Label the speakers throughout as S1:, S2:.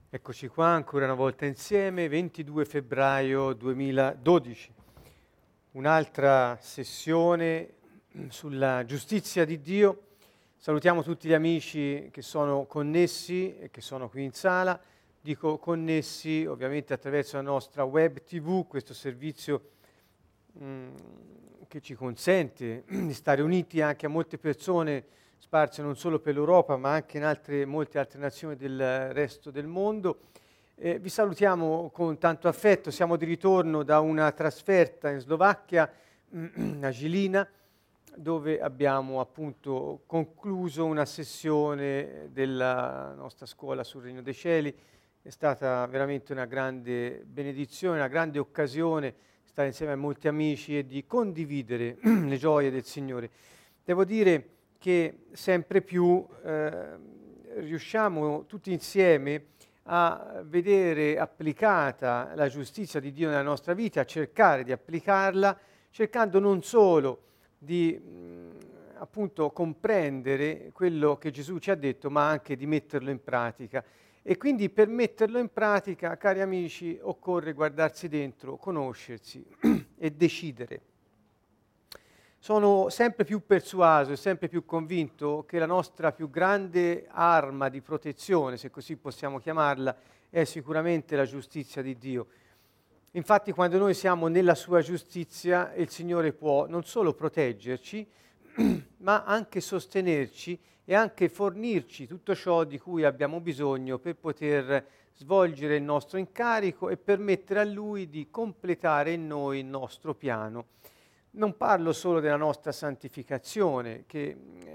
S1: Eccoci qua ancora una volta insieme, 22 febbraio 2012, un'altra sessione sulla giustizia di Dio. Salutiamo tutti gli amici che sono connessi e che sono qui in sala. Dico connessi ovviamente attraverso la nostra web TV, questo servizio che ci consente di stare uniti anche a molte persone sparse non solo per l'Europa ma anche in molte altre nazioni del resto del mondo. Vi salutiamo con tanto affetto, siamo di ritorno da una trasferta in Slovacchia, a Žilina, dove abbiamo appunto concluso una sessione della nostra scuola sul Regno dei Cieli. È stata veramente una grande benedizione, una grande occasione stare insieme a molti amici e di condividere le gioie del Signore. Devo dire che sempre più riusciamo tutti insieme a vedere applicata la giustizia di Dio nella nostra vita, a cercare di applicarla, cercando non solo di appunto comprendere quello che Gesù ci ha detto, ma anche di metterlo in pratica. E quindi per metterlo in pratica, cari amici, occorre guardarsi dentro, conoscersi e decidere. Sono sempre più persuaso e sempre più convinto che la nostra più grande arma di protezione, se così possiamo chiamarla, è sicuramente la giustizia di Dio. Infatti, quando noi siamo nella sua giustizia, il Signore può non solo proteggerci, ma anche sostenerci e anche fornirci tutto ciò di cui abbiamo bisogno per poter svolgere il nostro incarico e permettere a Lui di completare in noi il nostro piano. Non parlo solo della nostra santificazione, che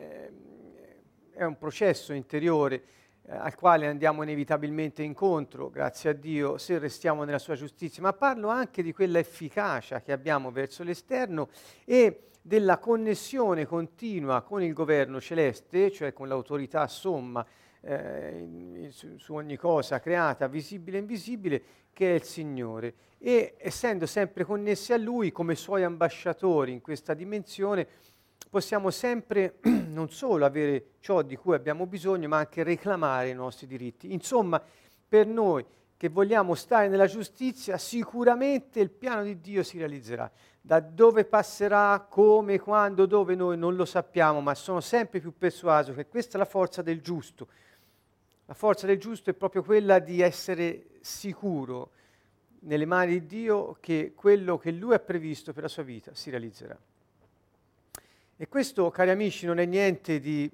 S1: è un processo interiore al quale andiamo inevitabilmente incontro, grazie a Dio, se restiamo nella sua giustizia, ma parlo anche di quella efficacia che abbiamo verso l'esterno e della connessione continua con il governo celeste, cioè con l'autorità somma su ogni cosa creata, visibile e invisibile, che è il Signore. E essendo sempre connessi a Lui come Suoi ambasciatori in questa dimensione, possiamo sempre non solo avere ciò di cui abbiamo bisogno, ma anche reclamare i nostri diritti. Insomma, per noi che vogliamo stare nella giustizia, sicuramente il piano di Dio si realizzerà. Da dove passerà, come, quando, dove, noi non lo sappiamo, ma sono sempre più persuaso che questa è la forza del giusto. La forza del giusto è proprio quella di essere sicuro nelle mani di Dio che quello che Lui ha previsto per la sua vita si realizzerà. E questo, cari amici, non è niente di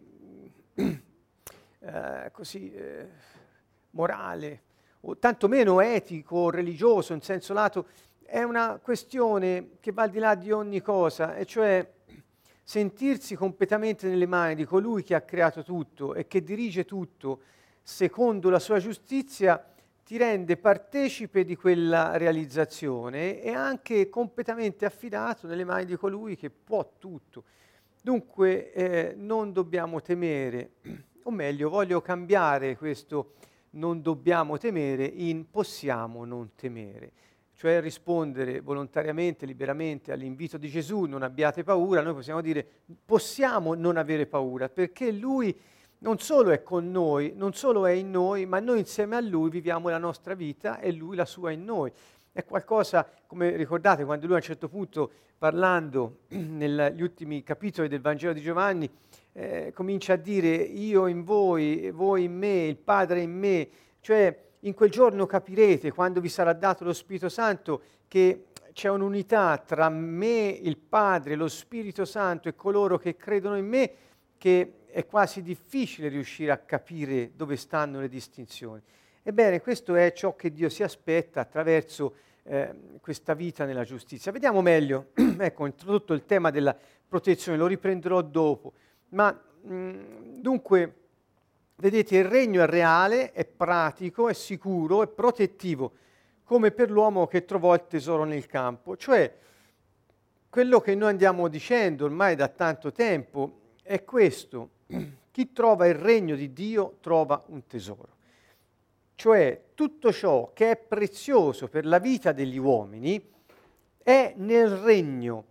S1: morale, o tantomeno etico o religioso in senso lato, è una questione che va al di là di ogni cosa, e cioè sentirsi completamente nelle mani di colui che ha creato tutto e che dirige tutto secondo la sua giustizia ti rende partecipe di quella realizzazione e anche completamente affidato nelle mani di colui che può tutto. Dunque non dobbiamo temere, o meglio, voglio cambiare questo non dobbiamo temere in possiamo non temere, cioè rispondere volontariamente, liberamente all'invito di Gesù, non abbiate paura. Noi possiamo dire possiamo non avere paura, perché Lui non solo è con noi, non solo è in noi, ma noi insieme a Lui viviamo la nostra vita e Lui la sua in noi. È qualcosa, come ricordate, quando Lui a un certo punto, parlando negli ultimi capitoli del Vangelo di Giovanni, comincia a dire io in voi, voi in me, il Padre in me, cioè in quel giorno capirete, quando vi sarà dato lo Spirito Santo, che c'è un'unità tra me, il Padre, lo Spirito Santo e coloro che credono in me, che è quasi difficile riuscire a capire dove stanno le distinzioni. Ebbene, questo è ciò che Dio si aspetta attraverso questa vita nella giustizia. Vediamo meglio, ecco, ho introdotto il tema della protezione, lo riprenderò dopo, ma dunque, vedete, il regno è reale, è pratico, è sicuro, è protettivo, come per l'uomo che trovò il tesoro nel campo. Cioè, quello che noi andiamo dicendo ormai da tanto tempo è questo: chi trova il regno di Dio trova un tesoro. Cioè tutto ciò che è prezioso per la vita degli uomini è nel regno,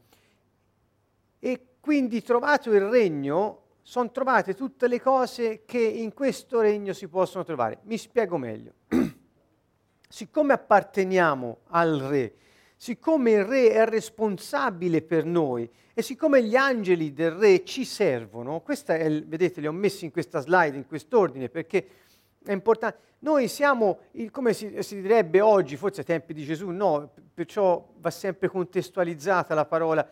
S1: e quindi trovato il regno sono trovate tutte le cose che in questo regno si possono trovare. Mi spiego meglio. siccome apparteniamo al Re, siccome il Re è responsabile per noi e siccome gli angeli del Re ci servono, vedete, li ho messi in questa slide, in quest'ordine, perché è importante. Noi siamo, come si direbbe oggi, forse ai tempi di Gesù, no, perciò va sempre contestualizzata la parola,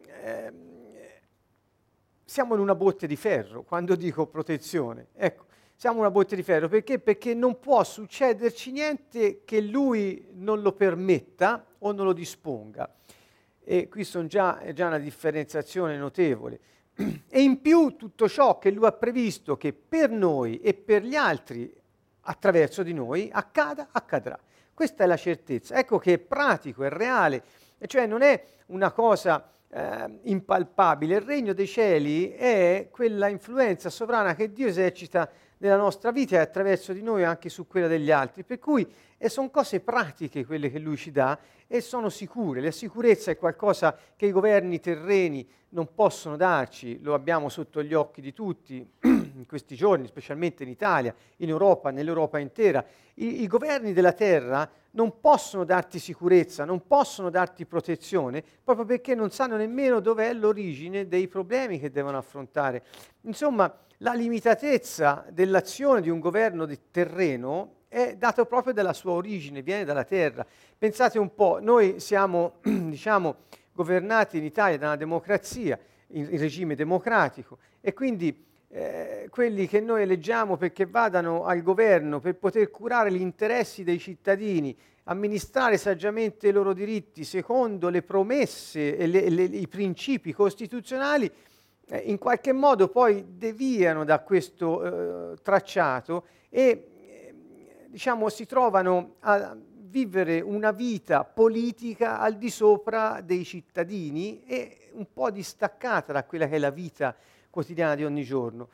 S1: siamo in una botte di ferro, quando dico protezione. Ecco, siamo in una botte di ferro, perché? Perché non può succederci niente che lui non lo permetta o non lo disponga. E qui è già una differenziazione notevole. E in più tutto ciò che lui ha previsto che per noi e per gli altri attraverso di noi accadrà. Questa è la certezza. Ecco che è pratico, è reale, e cioè non è una cosa impalpabile. Il regno dei cieli è quella influenza sovrana che Dio esercita nella nostra vita e attraverso di noi anche su quella degli altri, per cui sono cose pratiche quelle che lui ci dà e sono sicure. La sicurezza è qualcosa che i governi terreni non possono darci, lo abbiamo sotto gli occhi di tutti in questi giorni, specialmente in Italia, in Europa, nell'Europa intera. I governi della terra non possono darti sicurezza, non possono darti protezione, proprio perché non sanno nemmeno dov'è l'origine dei problemi che devono affrontare. Insomma, la limitatezza dell'azione di un governo di terreno è data proprio dalla sua origine, viene dalla terra. Pensate un po', noi siamo, diciamo, governati in Italia da una democrazia, in regime democratico, e quindi quelli che noi eleggiamo perché vadano al governo per poter curare gli interessi dei cittadini, amministrare saggiamente i loro diritti secondo le promesse e i principi costituzionali, in qualche modo poi deviano da questo tracciato e diciamo si trovano a vivere una vita politica al di sopra dei cittadini e un po' distaccata da quella che è la vita quotidiana di ogni giorno.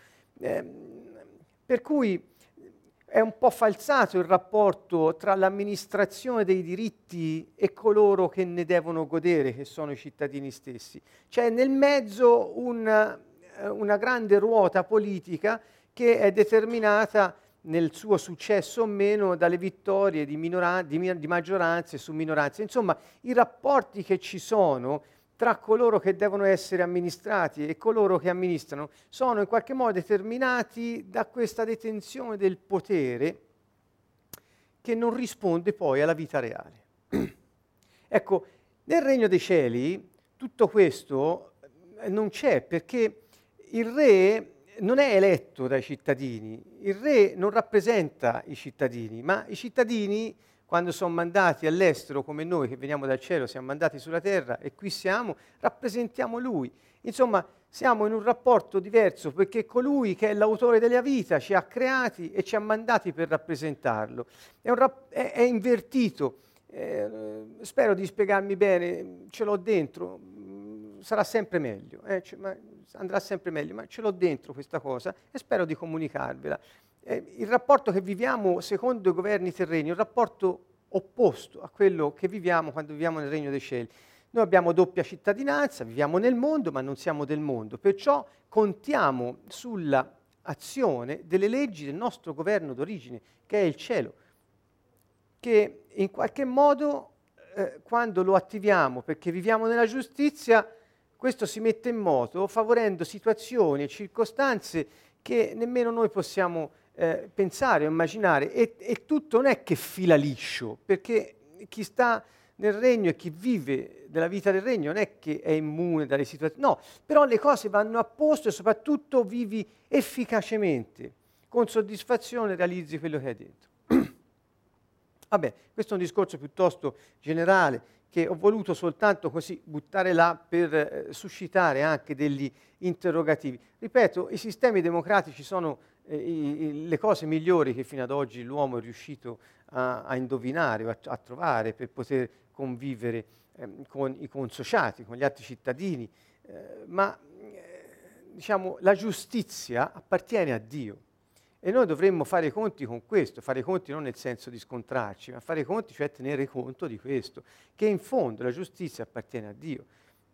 S1: Per cui è un po' falsato il rapporto tra l'amministrazione dei diritti e coloro che ne devono godere, che sono i cittadini stessi. C'è nel mezzo una grande ruota politica che è determinata nel suo successo o meno dalle vittorie di maggioranze su minoranze. Insomma, i rapporti che ci sono tra coloro che devono essere amministrati e coloro che amministrano sono in qualche modo determinati da questa detenzione del potere che non risponde poi alla vita reale. Ecco, nel Regno dei Cieli tutto questo non c'è, perché il re non è eletto dai cittadini, il re non rappresenta i cittadini, ma i cittadini, quando sono mandati all'estero come noi che veniamo dal cielo, siamo mandati sulla terra e qui siamo, rappresentiamo lui. Insomma, siamo in un rapporto diverso perché colui che è l'autore della vita ci ha creati e ci ha mandati per rappresentarlo. È invertito. Spero di spiegarmi bene, ce l'ho dentro, sarà sempre meglio, andrà sempre meglio, ma ce l'ho dentro questa cosa e spero di comunicarvela. Il rapporto che viviamo secondo i governi terreni è un rapporto opposto a quello che viviamo quando viviamo nel Regno dei Cieli. Noi abbiamo doppia cittadinanza, viviamo nel mondo, ma non siamo del mondo, perciò contiamo sulla azione delle leggi del nostro governo d'origine, che è il cielo, che in qualche modo quando lo attiviamo perché viviamo nella giustizia, questo si mette in moto favorendo situazioni e circostanze che nemmeno noi possiamo pensare o immaginare, e tutto non è che fila liscio, perché chi sta nel regno e chi vive della vita del regno non è che è immune dalle situazioni, no, però le cose vanno a posto e soprattutto vivi efficacemente, con soddisfazione realizzi quello che hai dentro. Vabbè, questo è un discorso piuttosto generale che ho voluto soltanto così buttare là per suscitare anche degli interrogativi. Ripeto, i sistemi democratici sono le cose migliori che fino ad oggi l'uomo è riuscito a indovinare o a trovare per poter convivere con i consociati, con gli altri cittadini, ma diciamo la giustizia appartiene a Dio. E noi dovremmo fare i conti con questo, fare i conti non nel senso di scontrarci, ma fare i conti, cioè tenere conto di questo, che in fondo la giustizia appartiene a Dio.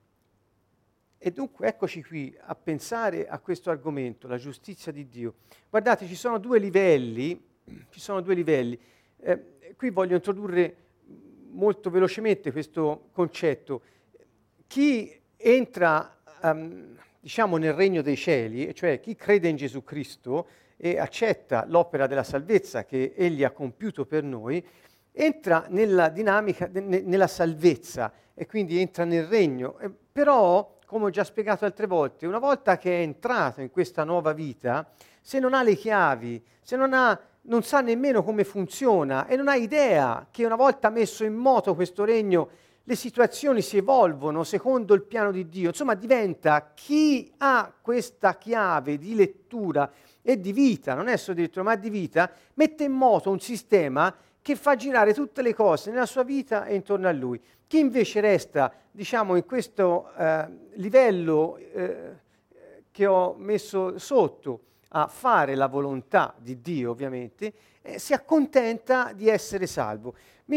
S1: E dunque eccoci qui a pensare a questo argomento, la giustizia di Dio. Guardate, ci sono due livelli. Qui voglio introdurre molto velocemente questo concetto. Chi entra, diciamo, nel regno dei cieli, cioè chi crede in Gesù Cristo e accetta l'opera della salvezza che Egli ha compiuto per noi, entra nella dinamica, nella salvezza e quindi entra nel regno. Però, come ho già spiegato altre volte, una volta che è entrato in questa nuova vita, se non ha le chiavi, se non sa nemmeno come funziona e non ha idea che una volta messo in moto questo regno le situazioni si evolvono secondo il piano di Dio. Insomma, diventa chi ha questa chiave di lettura e di vita, non è solo di lettura, ma di vita, mette in moto un sistema che fa girare tutte le cose nella sua vita e intorno a lui. Chi invece resta, diciamo, in questo livello che ho messo sotto, a fare la volontà di Dio, ovviamente, si accontenta di essere salvo.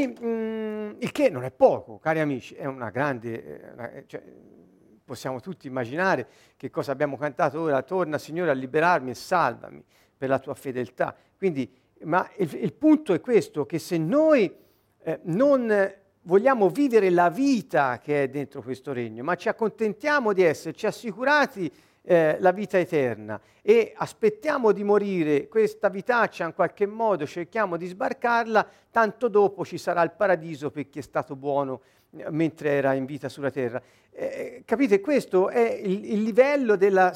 S1: Il che non è poco, cari amici, è una grande... cioè, possiamo tutti immaginare che cosa abbiamo cantato ora: torna Signore a liberarmi e salvami per la tua fedeltà. Quindi, ma il punto è questo, che se noi non vogliamo vivere la vita che è dentro questo regno, ma ci accontentiamo di esserci assicurati la vita eterna e aspettiamo di morire, questa vitaccia in qualche modo cerchiamo di sbarcarla, tanto dopo ci sarà il paradiso per chi è stato buono mentre era in vita sulla terra. Capite? Questo è il livello della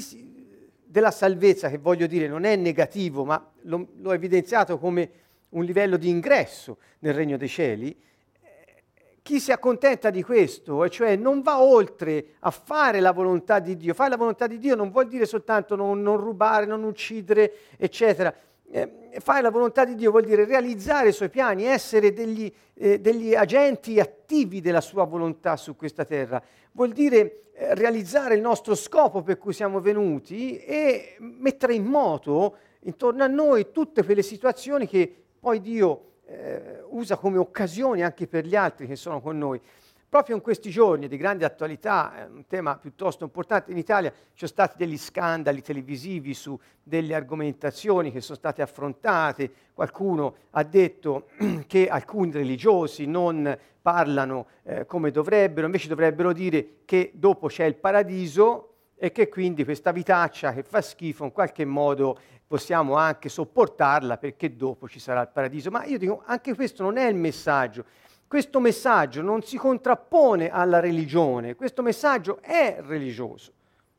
S1: salvezza, che voglio dire non è negativo, ma l'ho evidenziato come un livello di ingresso nel regno dei cieli. Chi si accontenta di questo, e cioè non va oltre a fare la volontà di Dio. Fare la volontà di Dio non vuol dire soltanto non rubare, non uccidere, eccetera. Fare la volontà di Dio vuol dire realizzare i suoi piani, essere degli agenti attivi della sua volontà su questa terra. Vuol dire realizzare il nostro scopo per cui siamo venuti e mettere in moto intorno a noi tutte quelle situazioni che poi Dio usa come occasioni anche per gli altri che sono con noi. Proprio in questi giorni di grande attualità, un tema piuttosto importante in Italia, ci sono stati degli scandali televisivi su delle argomentazioni che sono state affrontate. Qualcuno ha detto che alcuni religiosi non parlano come dovrebbero, invece dovrebbero dire che dopo c'è il paradiso e che quindi questa vitaccia che fa schifo in qualche modo possiamo anche sopportarla perché dopo ci sarà il paradiso. Ma io dico, anche questo non è il messaggio. Questo messaggio non si contrappone alla religione, questo messaggio è religioso.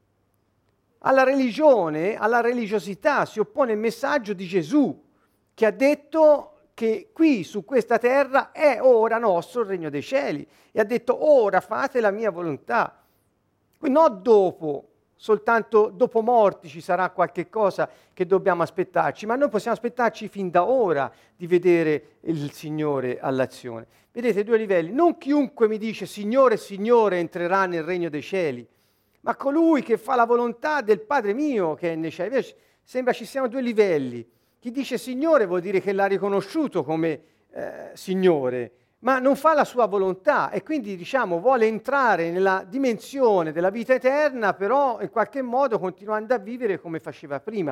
S1: Alla religione, alla religiosità si oppone il messaggio di Gesù, che ha detto che qui su questa terra è ora nostro il regno dei cieli, e ha detto ora fate la mia volontà. Quindi non dopo, soltanto dopo morti ci sarà qualche cosa che dobbiamo aspettarci, ma noi possiamo aspettarci fin da ora di vedere il Signore all'azione. Vedete, due livelli. Non chiunque mi dice Signore, Signore entrerà nel regno dei cieli, ma colui che fa la volontà del Padre mio che è nei cieli. Invece, sembra ci siano due livelli. Chi dice Signore vuol dire che l'ha riconosciuto come Signore, ma non fa la sua volontà e quindi, diciamo, vuole entrare nella dimensione della vita eterna, però in qualche modo continuando a vivere come faceva prima.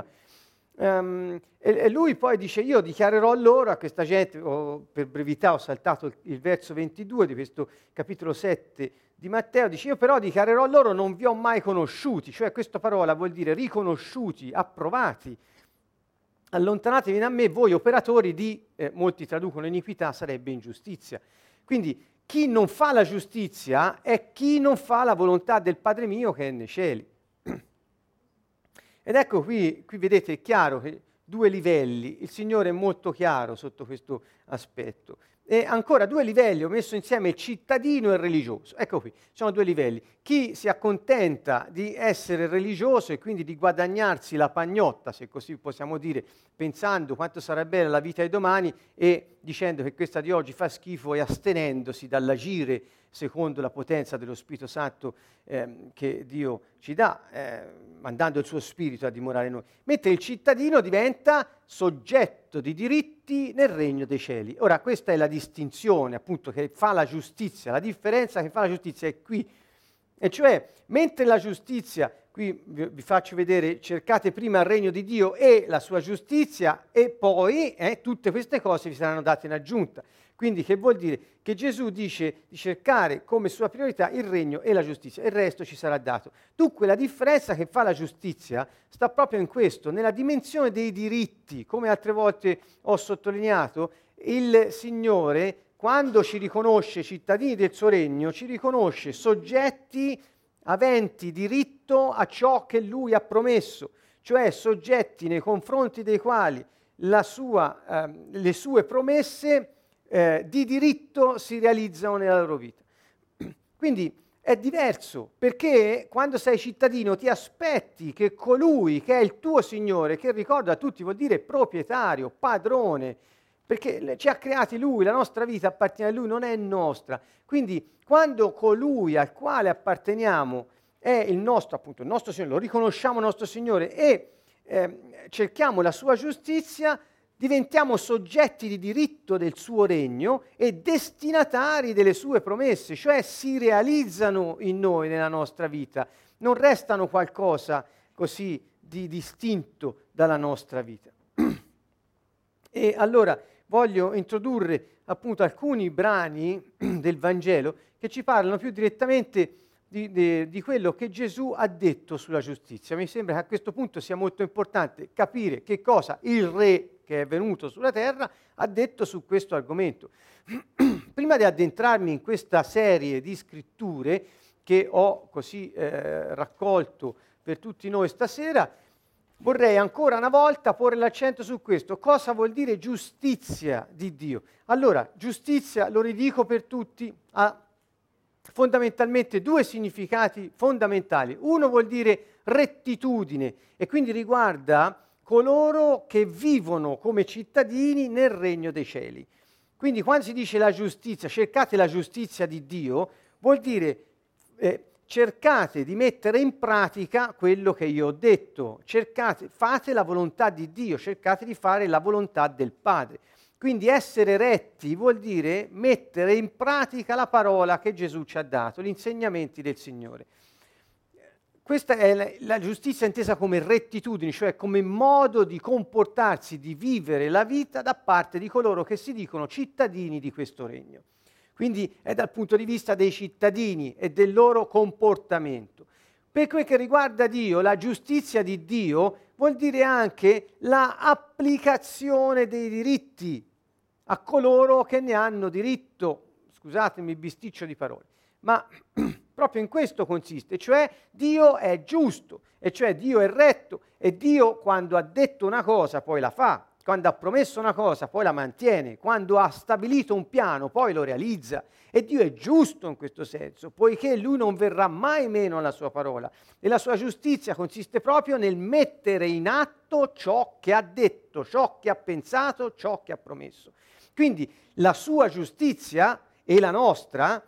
S1: E lui poi dice, io dichiarerò loro a questa gente, per brevità ho saltato il verso 22 di questo capitolo 7 di Matteo, dice, io però dichiarerò loro non vi ho mai conosciuti, cioè questa parola vuol dire riconosciuti, approvati. Allontanatevi da me voi operatori di, molti traducono iniquità, sarebbe ingiustizia. Quindi chi non fa la giustizia è chi non fa la volontà del Padre mio che è nei cieli. Ed ecco qui vedete, è chiaro che due livelli, il Signore è molto chiaro sotto questo aspetto. E ancora due livelli, ho messo insieme il cittadino e il religioso. Ecco qui, sono due livelli. Chi si accontenta di essere religioso e quindi di guadagnarsi la pagnotta, se così possiamo dire, pensando quanto sarà bella la vita di domani e dicendo che questa di oggi fa schifo e astenendosi dall'agire secondo la potenza dello Spirito Santo che Dio ci dà, mandando il suo Spirito a dimorare in noi. Mentre il cittadino diventa soggetto di diritti nel regno dei cieli. Ora, questa è la distinzione, appunto, che fa la giustizia. La differenza che fa la giustizia è qui. E cioè, mentre la giustizia, qui vi faccio vedere, cercate prima il regno di Dio e la sua giustizia e poi tutte queste cose vi saranno date in aggiunta. Quindi che vuol dire? Che Gesù dice di cercare come sua priorità il regno e la giustizia, e il resto ci sarà dato. Dunque la differenza che fa la giustizia sta proprio in questo, nella dimensione dei diritti. Come altre volte ho sottolineato, il Signore, quando ci riconosce cittadini del suo regno, ci riconosce soggetti aventi diritto a ciò che Lui ha promesso, cioè soggetti nei confronti dei quali le sue promesse di diritto si realizzano nella loro vita. Quindi è diverso, perché quando sei cittadino ti aspetti che colui che è il tuo Signore, che ricorda a tutti vuol dire proprietario, padrone, perché ci ha creati Lui, la nostra vita appartiene a Lui, non è nostra. Quindi quando colui al quale apparteniamo è il nostro, appunto, il nostro Signore, lo riconosciamo nostro Signore e cerchiamo la sua giustizia, diventiamo soggetti di diritto del suo regno e destinatari delle sue promesse, cioè si realizzano in noi, nella nostra vita, non restano qualcosa così di distinto dalla nostra vita. E allora voglio introdurre appunto alcuni brani del Vangelo che ci parlano più direttamente di quello che Gesù ha detto sulla giustizia. Mi sembra che a questo punto sia molto importante capire che cosa il Re che è venuto sulla terra ha detto su questo argomento. Prima di addentrarmi in questa serie di scritture che ho così raccolto per tutti noi stasera, vorrei ancora una volta porre l'accento su questo. Cosa vuol dire giustizia di Dio? Allora, giustizia, lo ridico per tutti, ha fondamentalmente due significati fondamentali. Uno vuol dire rettitudine e quindi riguarda coloro che vivono come cittadini nel regno dei cieli. Quindi quando si dice la giustizia, cercate la giustizia di Dio, vuol dire cercate di mettere in pratica quello che io ho detto, fate la volontà di Dio, cercate di fare la volontà del Padre. Quindi essere retti vuol dire mettere in pratica la parola che Gesù ci ha dato, gli insegnamenti del Signore. Questa è la giustizia intesa come rettitudine, cioè come modo di comportarsi, di vivere la vita da parte di coloro che si dicono cittadini di questo regno. Quindi è dal punto di vista dei cittadini e del loro comportamento. Per quel che riguarda Dio, la giustizia di Dio vuol dire anche la applicazione dei diritti a coloro che ne hanno diritto. Scusatemi il bisticcio di parole, ma proprio in questo consiste, cioè Dio è giusto, e cioè Dio è retto, e Dio quando ha detto una cosa poi la fa, quando ha promesso una cosa poi la mantiene, quando ha stabilito un piano poi lo realizza. E Dio è giusto in questo senso, poiché Lui non verrà mai meno alla sua parola. E la sua giustizia consiste proprio nel mettere in atto ciò che ha detto, ciò che ha pensato, ciò che ha promesso. Quindi la sua giustizia e la nostra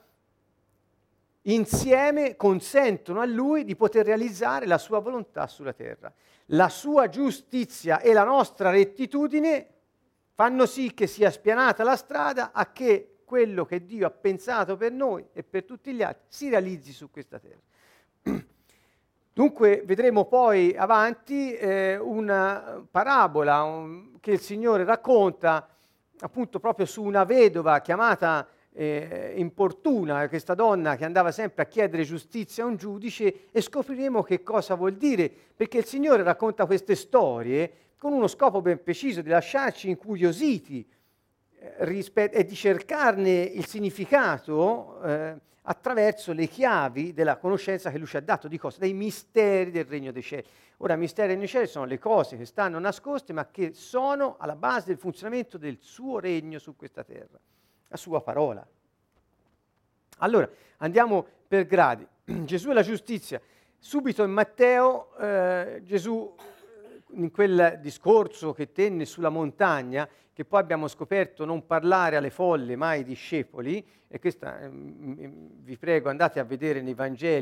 S1: insieme consentono a Lui di poter realizzare la sua volontà sulla terra. La sua giustizia e la nostra rettitudine fanno sì che sia spianata la strada a che quello che Dio ha pensato per noi e per tutti gli altri si realizzi su questa terra. Dunque vedremo poi avanti una parabola che il Signore racconta appunto proprio su una vedova chiamata importuna, questa donna che andava sempre a chiedere giustizia a un giudice, e scopriremo che cosa vuol dire, perché il Signore racconta queste storie con uno scopo ben preciso, di lasciarci incuriositi e di cercarne il significato attraverso le chiavi della conoscenza che Lui ci ha dato di cosa? Dei misteri del regno dei cieli. Ora, i misteri del regno dei cieli sono le cose che stanno nascoste ma che sono alla base del funzionamento del suo regno su questa terra, la sua parola. Allora, andiamo per gradi. Gesù e la giustizia. Subito in Matteo, Gesù, in quel discorso che tenne sulla montagna, che poi abbiamo scoperto non parlare alle folle ma ai discepoli, e questa vi prego andate a vedere nei Vangeli,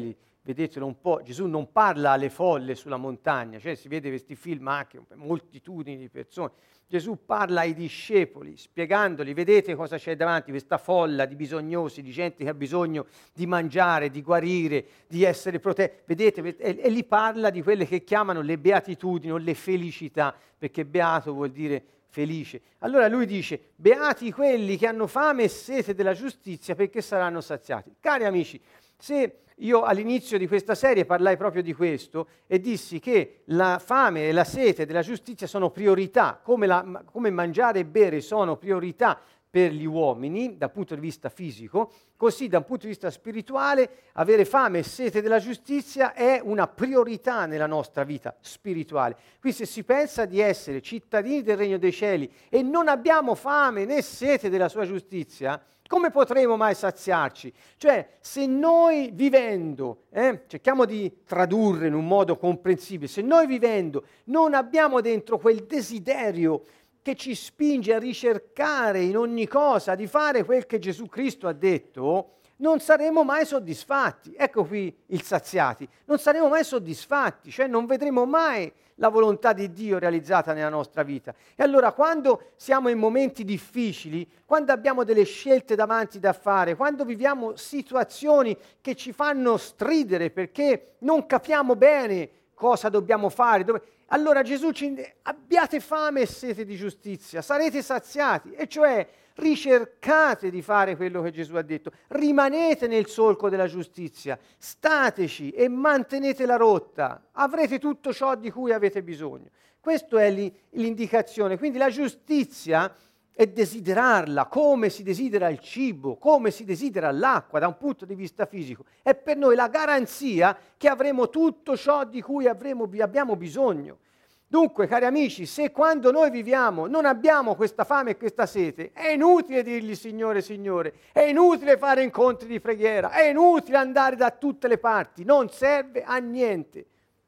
S1: vedetelo un po', Gesù non parla alle folle sulla montagna, cioè si vede questi film anche, moltitudini di persone. Gesù parla ai discepoli, spiegandoli, vedete cosa c'è davanti, questa folla di bisognosi, di gente che ha bisogno di mangiare, di guarire, di essere protetti. Vedete, e lì parla di quelle che chiamano le beatitudini o le felicità, perché beato vuol dire felice. Allora lui dice, beati quelli che hanno fame e sete della giustizia, perché saranno saziati. Cari amici, se io all'inizio di questa serie parlai proprio di questo e dissi che la fame e la sete della giustizia sono priorità, come mangiare e bere sono priorità per gli uomini dal punto di vista fisico, così dal punto di vista spirituale avere fame e sete della giustizia è una priorità nella nostra vita spirituale. Qui se si pensa di essere cittadini del Regno dei Cieli e non abbiamo fame né sete della sua giustizia, come potremo mai saziarci? Cioè, se noi vivendo, cerchiamo di tradurre in un modo comprensibile, se noi vivendo non abbiamo dentro quel desiderio che ci spinge a ricercare in ogni cosa, di fare quel che Gesù Cristo ha detto, non saremo mai soddisfatti. Ecco qui il saziati. Non saremo mai soddisfatti, cioè non vedremo mai la volontà di Dio realizzata nella nostra vita. E allora quando siamo in momenti difficili, quando abbiamo delle scelte davanti da fare, quando viviamo situazioni che ci fanno stridere perché non capiamo bene cosa dobbiamo fare, allora Gesù ci dice, abbiate fame e sete di giustizia, sarete saziati, e cioè ricercate di fare quello che Gesù ha detto, rimanete nel solco della giustizia, stateci e mantenete la rotta, avrete tutto ciò di cui avete bisogno. Questa è l'indicazione, quindi la giustizia è desiderarla come si desidera il cibo, come si desidera l'acqua da un punto di vista fisico. È per noi la garanzia che avremo tutto ciò di cui abbiamo bisogno. Dunque, cari amici, se quando noi viviamo non abbiamo questa fame e questa sete, è inutile dirgli Signore, Signore, è inutile fare incontri di preghiera, è inutile andare da tutte le parti, non serve a niente.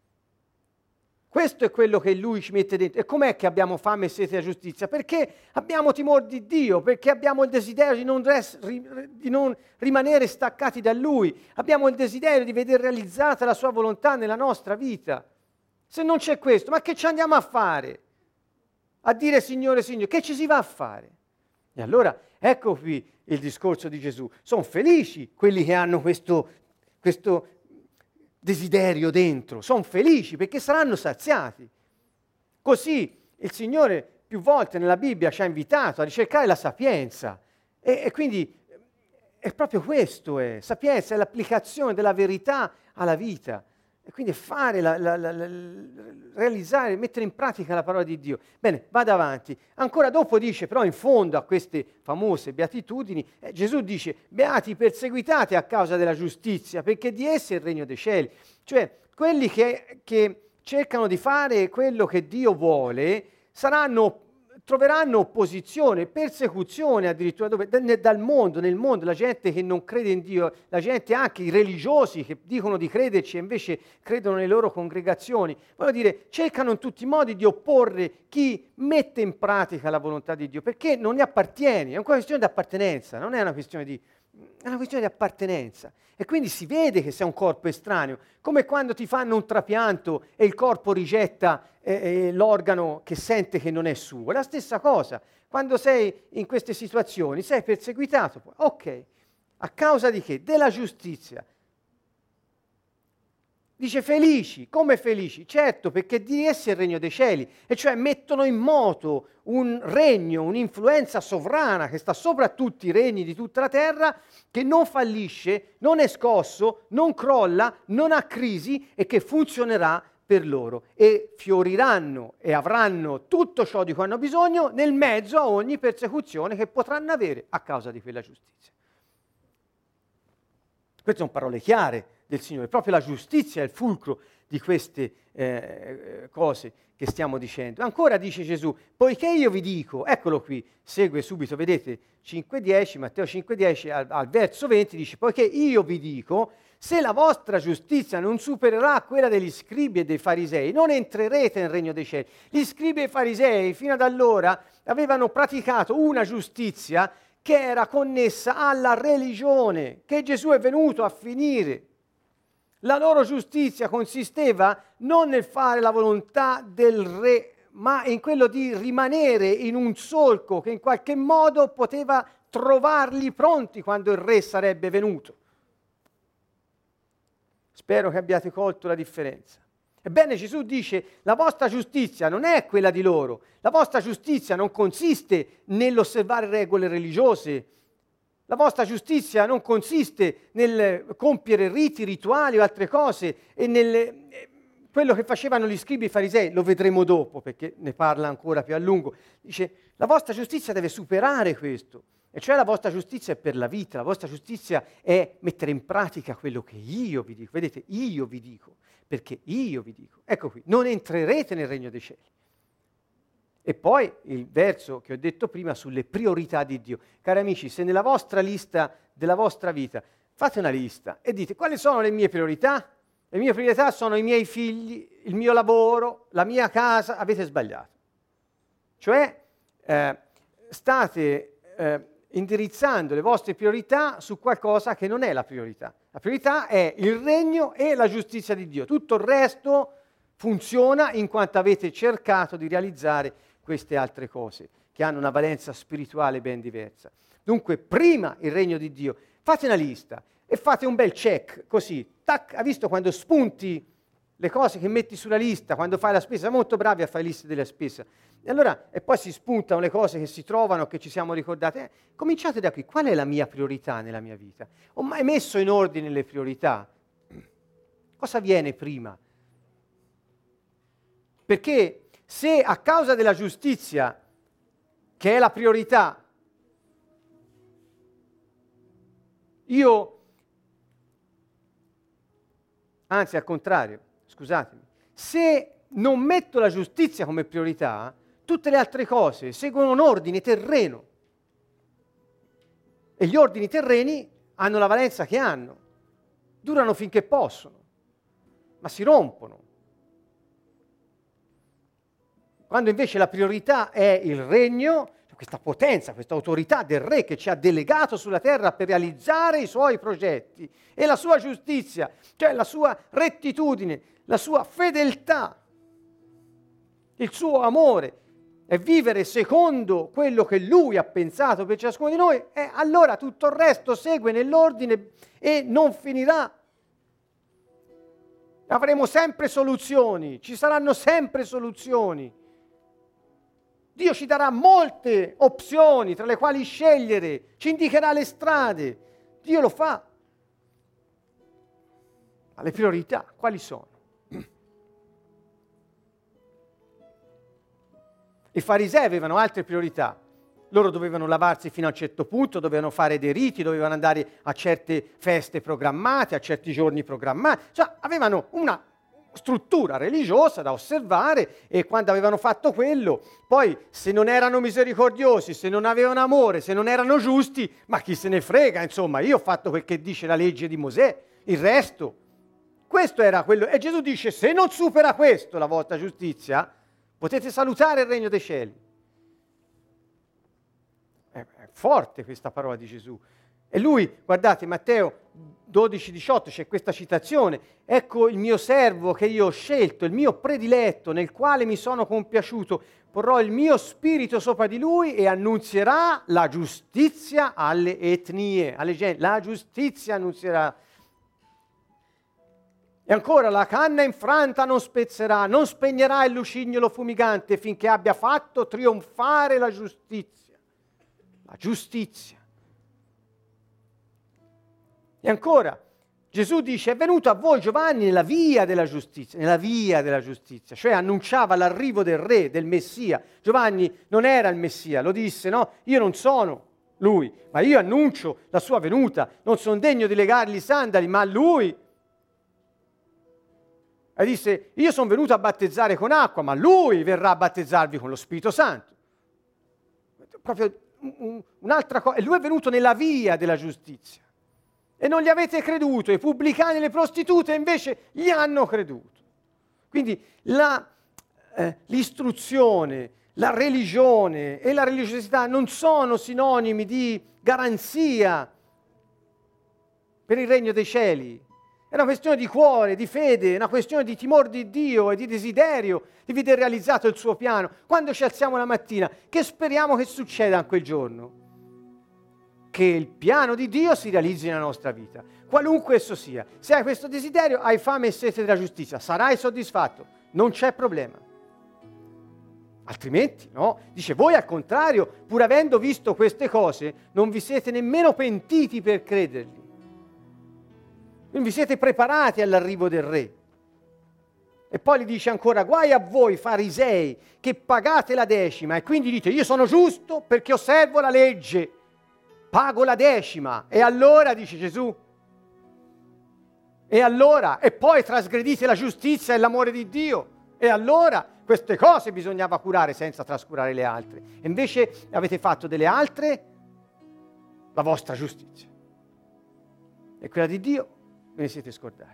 S1: Questo è quello che Lui ci mette dentro. E com'è che abbiamo fame e sete della giustizia? Perché abbiamo timore di Dio, perché abbiamo il desiderio di non rimanere staccati da Lui, abbiamo il desiderio di vedere realizzata la Sua volontà nella nostra vita. Se non c'è questo, ma che ci andiamo a fare? A dire Signore, Signore, che ci si va a fare? E allora ecco qui il discorso di Gesù. Sono felici quelli che hanno questo desiderio dentro, sono felici perché saranno saziati. Così il Signore più volte nella Bibbia ci ha invitato a ricercare la sapienza e quindi è proprio questo, sapienza è l'applicazione della verità alla vita e quindi fare, realizzare, mettere in pratica la parola di Dio. Bene, vado avanti. Ancora dopo dice, però in fondo a queste famose beatitudini, Gesù dice, beati i perseguitati a causa della giustizia, perché di essi è il regno dei cieli. Cioè, quelli che cercano di fare quello che Dio vuole, troveranno opposizione, persecuzione addirittura nel mondo, la gente che non crede in Dio, la gente anche i religiosi che dicono di crederci e invece credono nelle loro congregazioni. Voglio dire, cercano in tutti i modi di opporre chi mette in pratica la volontà di Dio, perché non gli appartieni, è una questione di appartenenza, non è una questione di... È una questione di appartenenza e quindi si vede che sei un corpo estraneo, come quando ti fanno un trapianto e il corpo rigetta l'organo che sente che non è suo. È la stessa cosa, quando sei in queste situazioni sei perseguitato. Ok, a causa di che? Della giustizia. Dice felici, come felici? Certo, perché di essi è il regno dei cieli, e cioè mettono in moto un regno, un'influenza sovrana che sta sopra tutti i regni di tutta la terra, che non fallisce, non è scosso, non crolla, non ha crisi e che funzionerà per loro. E fioriranno e avranno tutto ciò di cui hanno bisogno nel mezzo a ogni persecuzione che potranno avere a causa di quella giustizia. Queste sono parole chiare del Signore, proprio la giustizia è il fulcro di queste cose che stiamo dicendo. Ancora dice Gesù, poiché io vi dico, eccolo qui, segue subito, vedete, 5,10, Matteo 5,10 al verso 20 dice, poiché io vi dico, se la vostra giustizia non supererà quella degli scribi e dei farisei, non entrerete nel regno dei cieli. Gli scribi e i farisei fino ad allora avevano praticato una giustizia che era connessa alla religione, che Gesù è venuto a finire. La loro giustizia consisteva non nel fare la volontà del re, ma in quello di rimanere in un solco che in qualche modo poteva trovarli pronti quando il re sarebbe venuto. Spero che abbiate colto la differenza. Ebbene, Gesù dice, la vostra giustizia non è quella di loro, la vostra giustizia non consiste nell'osservare regole religiose, la vostra giustizia non consiste nel compiere riti, rituali o altre cose, e nel quello che facevano gli scribi e i farisei, lo vedremo dopo perché ne parla ancora più a lungo. Dice, la vostra giustizia deve superare questo, e cioè la vostra giustizia è per la vita, la vostra giustizia è mettere in pratica quello che io vi dico. Vedete, io vi dico, perché io vi dico. Ecco qui, non entrerete nel regno dei cieli. E poi il verso che ho detto prima sulle priorità di Dio. Cari amici, se nella vostra lista della vostra vita fate una lista e dite quali sono le mie priorità? Le mie priorità sono i miei figli, il mio lavoro, la mia casa, avete sbagliato. Cioè state indirizzando le vostre priorità su qualcosa che non è la priorità. La priorità è il regno e la giustizia di Dio. Tutto il resto funziona in quanto avete cercato di realizzare queste altre cose che hanno una valenza spirituale ben diversa. Dunque, prima il regno di Dio, fate una lista e fate un bel check, così, tac, ha visto quando spunti le cose che metti sulla lista, quando fai la spesa, siamo molto bravi a fare liste della spesa, e poi si spuntano le cose che si trovano, che ci siamo ricordati. Cominciate da qui, qual è la mia priorità nella mia vita? Ho mai messo in ordine le priorità? Cosa viene prima? Perché se a causa della giustizia, che è la priorità, anzi al contrario, scusatemi, se non metto la giustizia come priorità, tutte le altre cose seguono un ordine terreno. E gli ordini terreni hanno la valenza che hanno, durano finché possono, ma si rompono. Quando invece la priorità è il regno, questa potenza, questa autorità del re che ci ha delegato sulla terra per realizzare i suoi progetti, e la sua giustizia, cioè la sua rettitudine, la sua fedeltà, il suo amore, e vivere secondo quello che lui ha pensato per ciascuno di noi, allora tutto il resto segue nell'ordine e non finirà. Avremo sempre soluzioni, ci saranno sempre soluzioni. Dio ci darà molte opzioni tra le quali scegliere, ci indicherà le strade. Dio lo fa. Ma le priorità quali sono? I farisei avevano altre priorità. Loro dovevano lavarsi fino a un certo punto, dovevano fare dei riti, dovevano andare a certe feste programmate, a certi giorni programmati. Cioè, avevano una struttura religiosa da osservare, e quando avevano fatto quello, poi se non erano misericordiosi, se non avevano amore, se non erano giusti, ma chi se ne frega, insomma, io ho fatto quel che dice la legge di Mosè, il resto. Questo era quello. E Gesù dice, se non supera questo la vostra giustizia, potete salutare il regno dei cieli. È forte questa parola di Gesù. E lui, guardate, Matteo 12,18 c'è questa citazione: ecco il mio servo che io ho scelto, il mio prediletto, nel quale mi sono compiaciuto, porrò il mio spirito sopra di lui e annunzierà la giustizia alle etnie, alle genti. La giustizia annunzierà. E ancora, la canna infranta non spezzerà, non spegnerà il lucignolo fumigante finché abbia fatto trionfare la giustizia. La giustizia. E ancora, Gesù dice, è venuto a voi Giovanni nella via della giustizia, cioè annunciava l'arrivo del re, del Messia. Giovanni non era il Messia, lo disse, no? Io non sono lui, ma io annuncio la sua venuta, non sono degno di legargli i sandali, ma lui. E disse, io sono venuto a battezzare con acqua, ma lui verrà a battezzarvi con lo Spirito Santo. Proprio un'altra cosa, e lui è venuto nella via della giustizia. E non gli avete creduto, i pubblicani e le prostitute invece gli hanno creduto. Quindi l'istruzione, la religione e la religiosità non sono sinonimi di garanzia per il regno dei cieli. È una questione di cuore, di fede, una questione di timore di Dio e di desiderio di vedere realizzato il suo piano. Quando ci alziamo la mattina, che speriamo che succeda in quel giorno? Che il piano di Dio si realizzi nella nostra vita, qualunque esso sia. Se hai questo desiderio, hai fame e sete della giustizia, sarai soddisfatto, non c'è problema. Altrimenti, no? Dice, voi al contrario, pur avendo visto queste cose, non vi siete nemmeno pentiti per crederli. Non vi siete preparati all'arrivo del re. E poi gli dice ancora, guai a voi farisei che pagate la decima e quindi dite, io sono giusto perché osservo la legge, pago la decima. E allora, dice Gesù, e allora? E poi trasgredite la giustizia e l'amore di Dio. E allora? Queste cose bisognava curare senza trascurare le altre. E invece avete fatto delle altre la vostra giustizia. E quella di Dio ve ne siete scordati.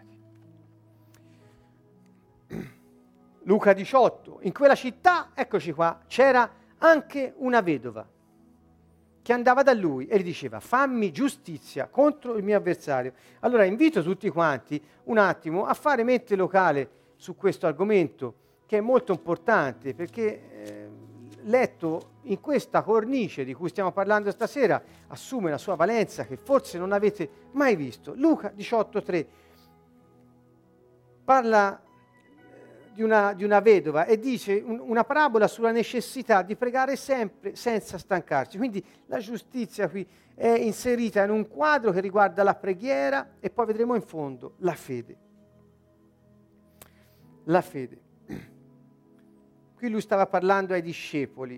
S1: Luca 18. In quella città, eccoci qua, c'era anche una vedova che andava da lui e gli diceva, fammi giustizia contro il mio avversario. Allora invito tutti quanti un attimo a fare mente locale su questo argomento, che è molto importante, perché letto in questa cornice di cui stiamo parlando stasera, assume la sua valenza che forse non avete mai visto. Luca 18,3 parla di una vedova e dice una parabola sulla necessità di pregare sempre senza stancarci. Quindi la giustizia qui è inserita in un quadro che riguarda la preghiera e poi vedremo in fondo la fede. La fede. Qui lui stava parlando ai discepoli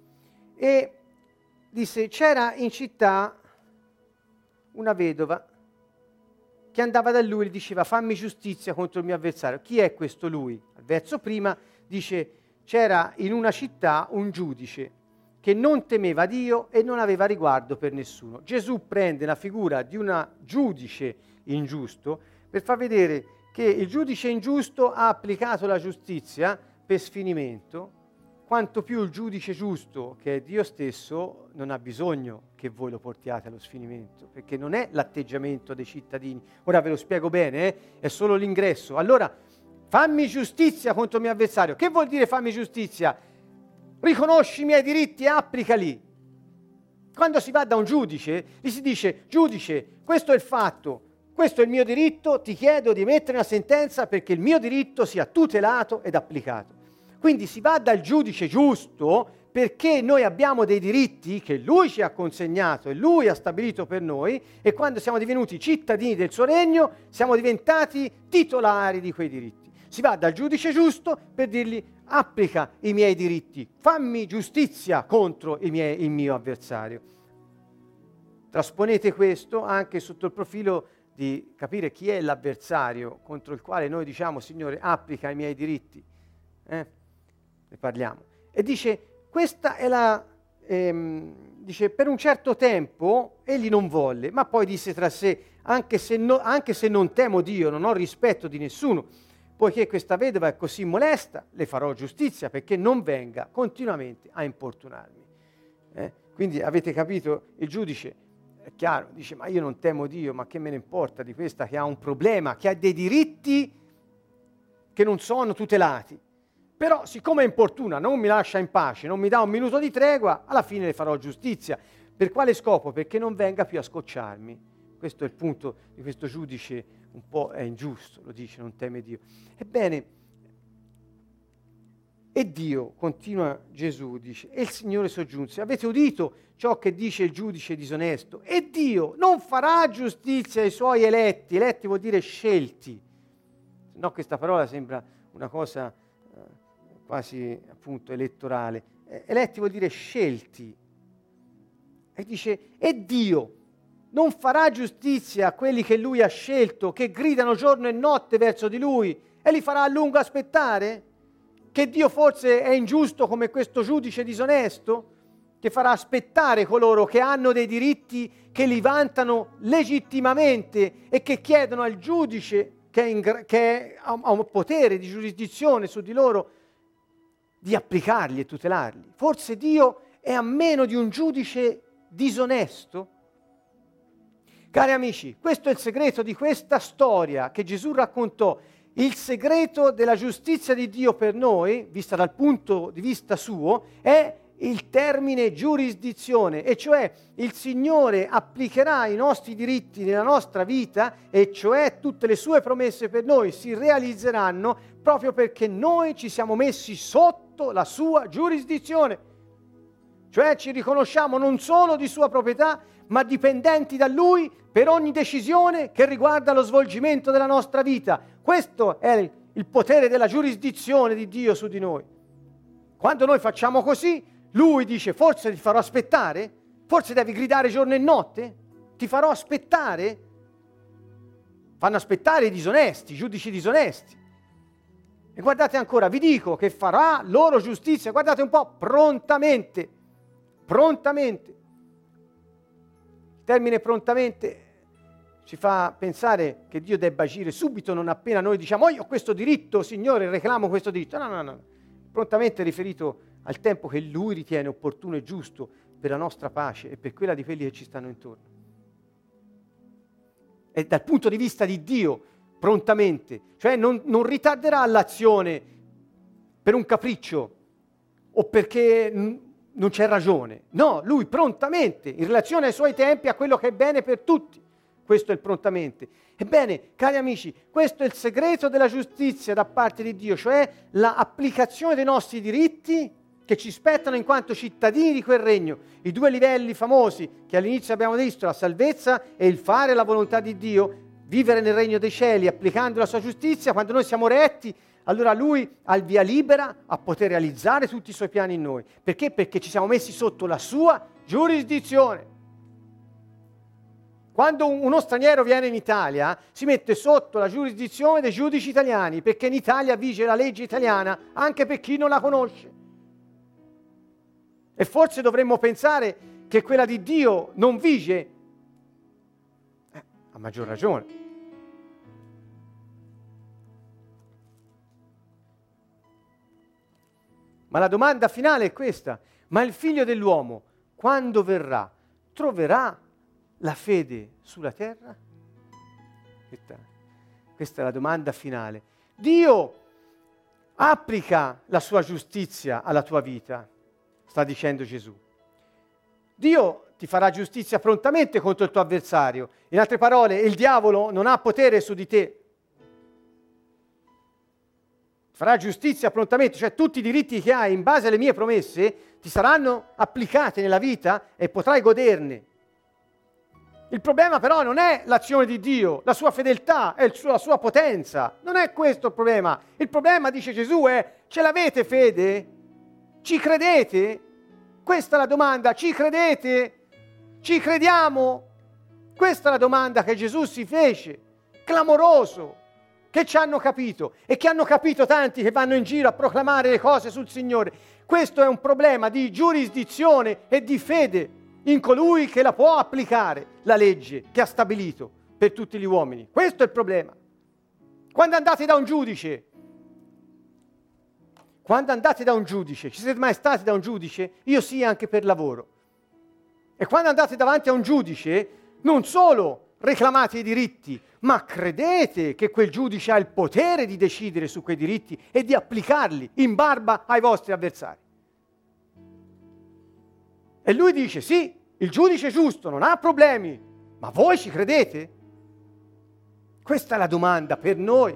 S1: e disse, c'era in città una vedova che andava da lui e gli diceva, fammi giustizia contro il mio avversario. Chi è questo lui? Al verso prima dice, c'era in una città un giudice che non temeva Dio e non aveva riguardo per nessuno. Gesù prende la figura di una giudice ingiusto per far vedere che il giudice ingiusto ha applicato la giustizia per sfinimento, quanto più il giudice giusto, che è Dio stesso, non ha bisogno che voi lo portiate allo sfinimento, perché non è l'atteggiamento dei cittadini. Ora ve lo spiego bene, è solo l'ingresso. Allora, fammi giustizia contro il mio avversario. Che vuol dire fammi giustizia? Riconosci i miei diritti e applicali. Quando si va da un giudice, gli si dice, giudice, questo è il fatto, questo è il mio diritto, ti chiedo di emettere una sentenza perché il mio diritto sia tutelato ed applicato. Quindi si va dal giudice giusto perché noi abbiamo dei diritti che lui ci ha consegnato e lui ha stabilito per noi, e quando siamo divenuti cittadini del suo regno siamo diventati titolari di quei diritti. Si va dal giudice giusto per dirgli applica i miei diritti, fammi giustizia contro il mio avversario. Trasponete questo anche sotto il profilo di capire chi è l'avversario contro il quale noi diciamo, Signore, applica i miei diritti. Ne parliamo. E dice, questa è la... dice, per un certo tempo egli non volle, ma poi disse tra sé, anche se non temo Dio, non ho rispetto di nessuno, poiché questa vedova è così molesta, le farò giustizia perché non venga continuamente a importunarmi. Quindi avete capito, il giudice è chiaro, dice, ma io non temo Dio, ma che me ne importa di questa che ha un problema, che ha dei diritti che non sono tutelati. Però siccome è importuna, non mi lascia in pace, non mi dà un minuto di tregua, alla fine le farò giustizia. Per quale scopo? Perché non venga più a scocciarmi. Questo è il punto di questo giudice, un po' è ingiusto, lo dice, non teme Dio. Ebbene, e Dio, continua Gesù, dice, e il Signore soggiunse, avete udito ciò che dice il giudice disonesto? E Dio non farà giustizia ai suoi eletti, eletti vuol dire scelti. No, questa parola sembra una cosa quasi appunto elettorale. Eletti vuol dire scelti. E dice, e Dio non farà giustizia a quelli che lui ha scelto, che gridano giorno e notte verso di lui, e li farà a lungo aspettare? Che Dio forse è ingiusto come questo giudice disonesto, che farà aspettare coloro che hanno dei diritti che li vantano legittimamente e che chiedono al giudice che ha un potere di giurisdizione su di loro di applicarli e tutelarli. Forse Dio è a meno di un giudice disonesto? Cari amici, questo è il segreto di questa storia che Gesù raccontò. Il segreto della giustizia di Dio per noi, vista dal punto di vista suo, è il termine giurisdizione, e cioè il Signore applicherà i nostri diritti nella nostra vita, e cioè tutte le sue promesse per noi si realizzeranno proprio perché noi ci siamo messi sotto la sua giurisdizione. Cioè ci riconosciamo non solo di sua proprietà, ma dipendenti da Lui per ogni decisione che riguarda lo svolgimento della nostra vita. Questo è il potere della giurisdizione di Dio su di noi. Quando noi facciamo così, Lui dice: forse ti farò aspettare? Forse devi gridare giorno e notte? Ti farò aspettare? Fanno aspettare i disonesti, i giudici disonesti. E guardate ancora, vi dico che farà loro giustizia, guardate un po', prontamente. Prontamente. Il termine prontamente ci fa pensare che Dio debba agire subito, non appena noi diciamo: oh, io ho questo diritto, Signore, reclamo questo diritto. No. Prontamente è riferito al tempo che Lui ritiene opportuno e giusto per la nostra pace e per quella di quelli che ci stanno intorno. E dal punto di vista di Dio, prontamente, cioè non ritarderà l'azione per un capriccio o perché non c'è ragione. No, Lui prontamente, in relazione ai Suoi tempi, a quello che è bene per tutti. Questo è il prontamente. Ebbene, cari amici, questo è il segreto della giustizia da parte di Dio, cioè l'applicazione dei nostri diritti che ci spettano in quanto cittadini di quel regno. I due livelli famosi che all'inizio abbiamo visto, la salvezza e il fare la volontà di Dio, vivere nel regno dei cieli applicando la sua giustizia. Quando noi siamo retti, allora Lui ha il via libera a poter realizzare tutti i Suoi piani in noi. Perché? Perché ci siamo messi sotto la sua giurisdizione. Quando uno straniero viene in Italia, si mette sotto la giurisdizione dei giudici italiani, perché in Italia vige la legge italiana anche per chi non la conosce. E forse dovremmo pensare che quella di Dio non vige. A maggior ragione. Ma la domanda finale è questa: ma il Figlio dell'uomo, quando verrà, troverà la fede sulla terra? Questa è la domanda finale. Dio applica la sua giustizia alla tua vita, sta dicendo Gesù. Dio ti farà giustizia prontamente contro il tuo avversario. In altre parole, il diavolo non ha potere su di te. Farà giustizia prontamente, cioè tutti i diritti che hai in base alle mie promesse ti saranno applicati nella vita e potrai goderne. Il problema però non è l'azione di Dio, la sua fedeltà, è la sua potenza. Non è questo il problema. Il problema, dice Gesù, è: ce l'avete fede? Ci credete? Questa è la domanda. Ci credete? Ci crediamo? Questa è la domanda che Gesù si fece. Clamoroso. Che ci hanno capito e che hanno capito tanti che vanno in giro a proclamare le cose sul Signore. Questo è un problema di giurisdizione e di fede in colui che la può applicare, la legge che ha stabilito per tutti gli uomini. Questo è il problema. Quando andate da un giudice, ci siete mai stati da un giudice? Io sì, anche per lavoro. E quando andate davanti a un giudice, non solo reclamate i diritti, ma credete che quel giudice ha il potere di decidere su quei diritti e di applicarli in barba ai vostri avversari. E lui dice: sì, il giudice è giusto, non ha problemi, ma voi ci credete? Questa è la domanda per noi.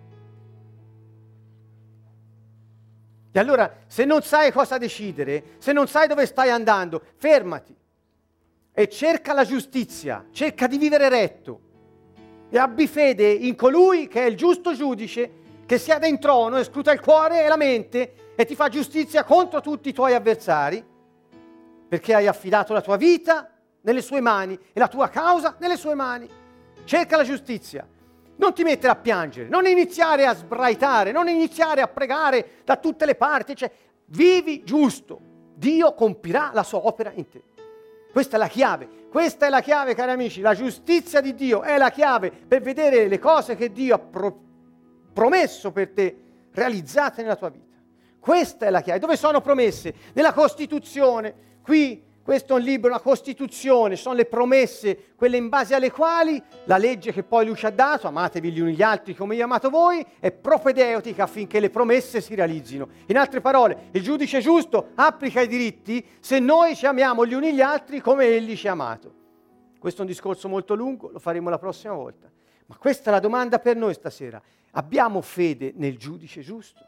S1: E allora, se non sai cosa decidere, se non sai dove stai andando, fermati e cerca la giustizia, cerca di vivere retto e abbi fede in colui che è il giusto giudice, che siede in trono e scruta il cuore e la mente e ti fa giustizia contro tutti i tuoi avversari, perché hai affidato la tua vita nelle sue mani e la tua causa nelle sue mani. Cerca la giustizia. Non ti mettere a piangere, non iniziare a sbraitare, non iniziare a pregare da tutte le parti. Cioè, vivi giusto. Dio compirà la sua opera in te. Questa è la chiave, cari amici. La giustizia di Dio è la chiave per vedere le cose che Dio ha promesso per te questa è la chiave. Dove sono promesse? Nella Costituzione. Qui Questo è un libro, una Costituzione, sono le promesse, quelle in base alle quali la legge che poi lui ci ha dato, amatevi gli uni gli altri come io ho amato voi, è propedeutica affinché le promesse si realizzino. In altre parole, il giudice giusto applica i diritti se noi ci amiamo gli uni gli altri come egli ci ha amato. Questo è un discorso molto lungo, lo faremo la prossima volta. Ma questa è la domanda per noi stasera. Abbiamo fede nel giudice giusto?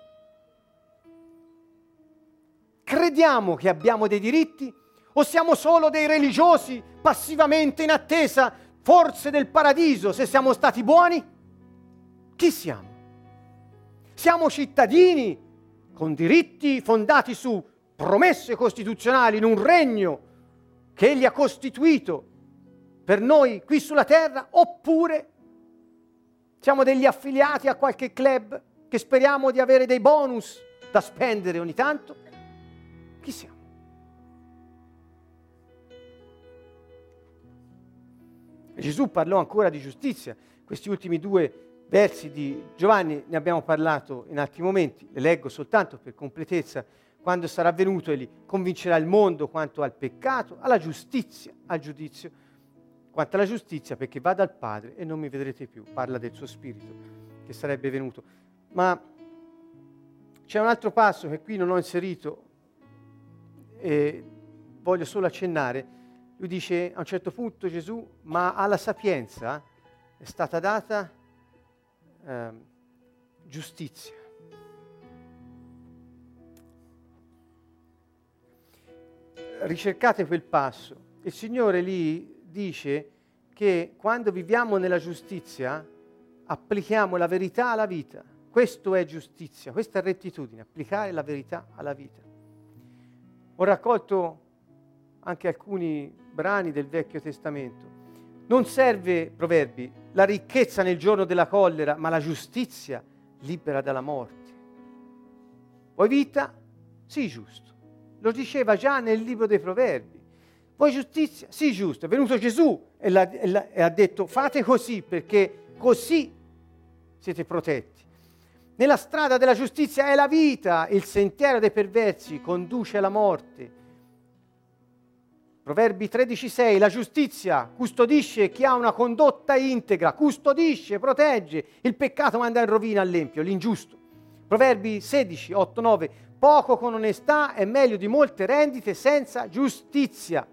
S1: Crediamo che abbiamo dei diritti? O siamo solo dei religiosi passivamente in attesa, forse del paradiso, se siamo stati buoni? Chi siamo? Siamo cittadini con diritti fondati su promesse costituzionali in un regno che Egli ha costituito per noi qui sulla terra, oppure siamo degli affiliati a qualche club che speriamo di avere dei bonus da spendere ogni tanto? Chi siamo? Gesù parlò ancora di giustizia. Questi ultimi 2 versi di Giovanni ne abbiamo parlato in altri momenti, le leggo soltanto per completezza. Quando sarà venuto egli convincerà il mondo quanto al peccato, alla giustizia, al giudizio. Quanto alla giustizia, perché va dal Padre e non mi vedrete più. Parla del suo Spirito che sarebbe venuto. Ma c'è un altro passo che qui non ho inserito e voglio solo accennare. Lui dice a un certo punto Gesù, ma alla sapienza è stata data giustizia. Ricercate quel passo. Il Signore lì dice che quando viviamo nella giustizia applichiamo la verità alla vita. Questo è giustizia, questa è rettitudine, applicare la verità alla vita. Ho raccolto anche alcuni brani del Vecchio Testamento. Non serve, Proverbi, la ricchezza nel giorno della collera, ma la giustizia libera dalla morte. Vuoi vita? Sii giusto. Lo diceva già nel libro dei Proverbi. Vuoi giustizia? Sii giusto. È venuto Gesù e ha detto fate così perché così siete protetti. Nella strada della giustizia è la vita, il sentiero dei perversi conduce alla morte. Proverbi 13,6, la giustizia custodisce chi ha una condotta integra, custodisce, protegge, il peccato manda in rovina all'empio, l'ingiusto. Proverbi 16, 8, 9, poco con onestà è meglio di molte rendite senza giustizia.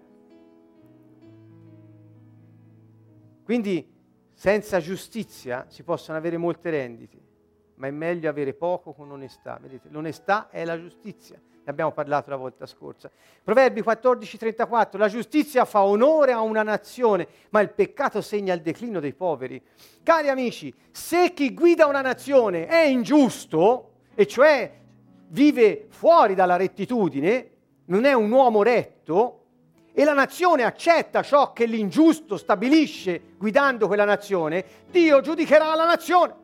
S1: Quindi senza giustizia si possono avere molte rendite, ma è meglio avere poco con onestà. Vedete, l'onestà è la giustizia. Ne abbiamo parlato la volta scorsa. Proverbi 14,34, la giustizia fa onore a una nazione, ma il peccato segna il declino dei poveri. Cari amici, se chi guida una nazione è ingiusto, e cioè vive fuori dalla rettitudine, non è un uomo retto, e la nazione accetta ciò che l'ingiusto stabilisce guidando quella nazione, Dio giudicherà la nazione.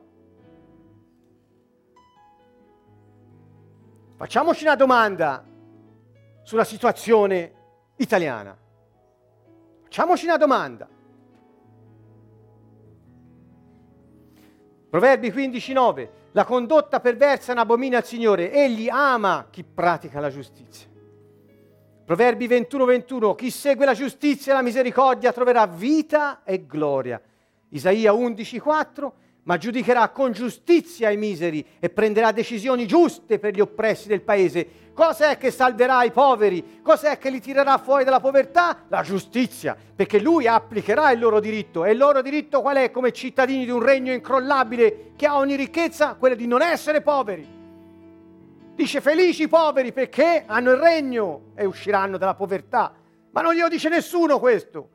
S1: Facciamoci una domanda sulla situazione italiana. Facciamoci una domanda. Proverbi 15,9. La condotta perversa è un'abomina al Signore. Egli ama chi pratica la giustizia. Proverbi 21,21. Chi segue la giustizia e la misericordia troverà vita e gloria. Isaia 11,4. Ma giudicherà con giustizia i miseri e prenderà decisioni giuste per gli oppressi del paese. Cos'è che salverà i poveri? Cos'è che li tirerà fuori dalla povertà? La giustizia, perché lui applicherà il loro diritto. E il loro diritto qual è come cittadini di un regno incrollabile che ha ogni ricchezza? Quello di non essere poveri. Dice felici i poveri perché hanno il regno e usciranno dalla povertà. Ma non glielo dice nessuno questo.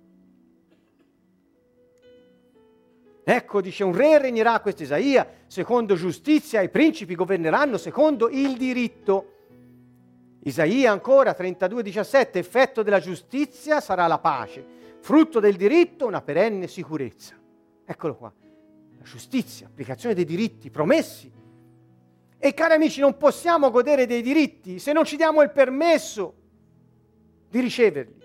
S1: Ecco, dice, un re regnerà, questo Isaia, secondo giustizia, i principi governeranno secondo il diritto. Isaia ancora, 32,17, effetto della giustizia sarà la pace, frutto del diritto una perenne sicurezza. Eccolo qua, la giustizia, applicazione dei diritti promessi. E cari amici, non possiamo godere dei diritti se non ci diamo il permesso di riceverli.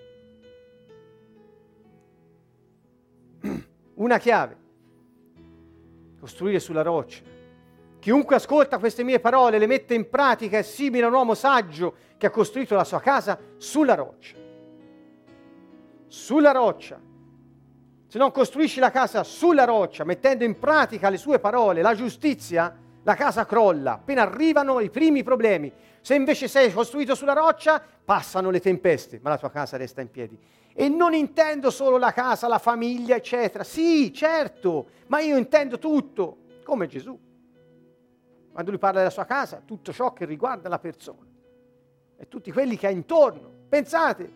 S1: Una chiave. Costruire sulla roccia, Chiunque ascolta queste mie parole e le mette in pratica è simile a un uomo saggio che ha costruito la sua casa sulla roccia. Sulla roccia. Se non costruisci la casa sulla roccia, mettendo in pratica le sue parole, la giustizia, la casa crolla. Appena arrivano i primi problemi. Se invece sei costruito sulla roccia, passano le tempeste, ma la tua casa resta in piedi. E non intendo solo la casa, la famiglia, eccetera. Sì, certo, ma io intendo tutto, come Gesù. Quando lui parla della sua casa, tutto ciò che riguarda la persona e tutti quelli che ha intorno. Pensate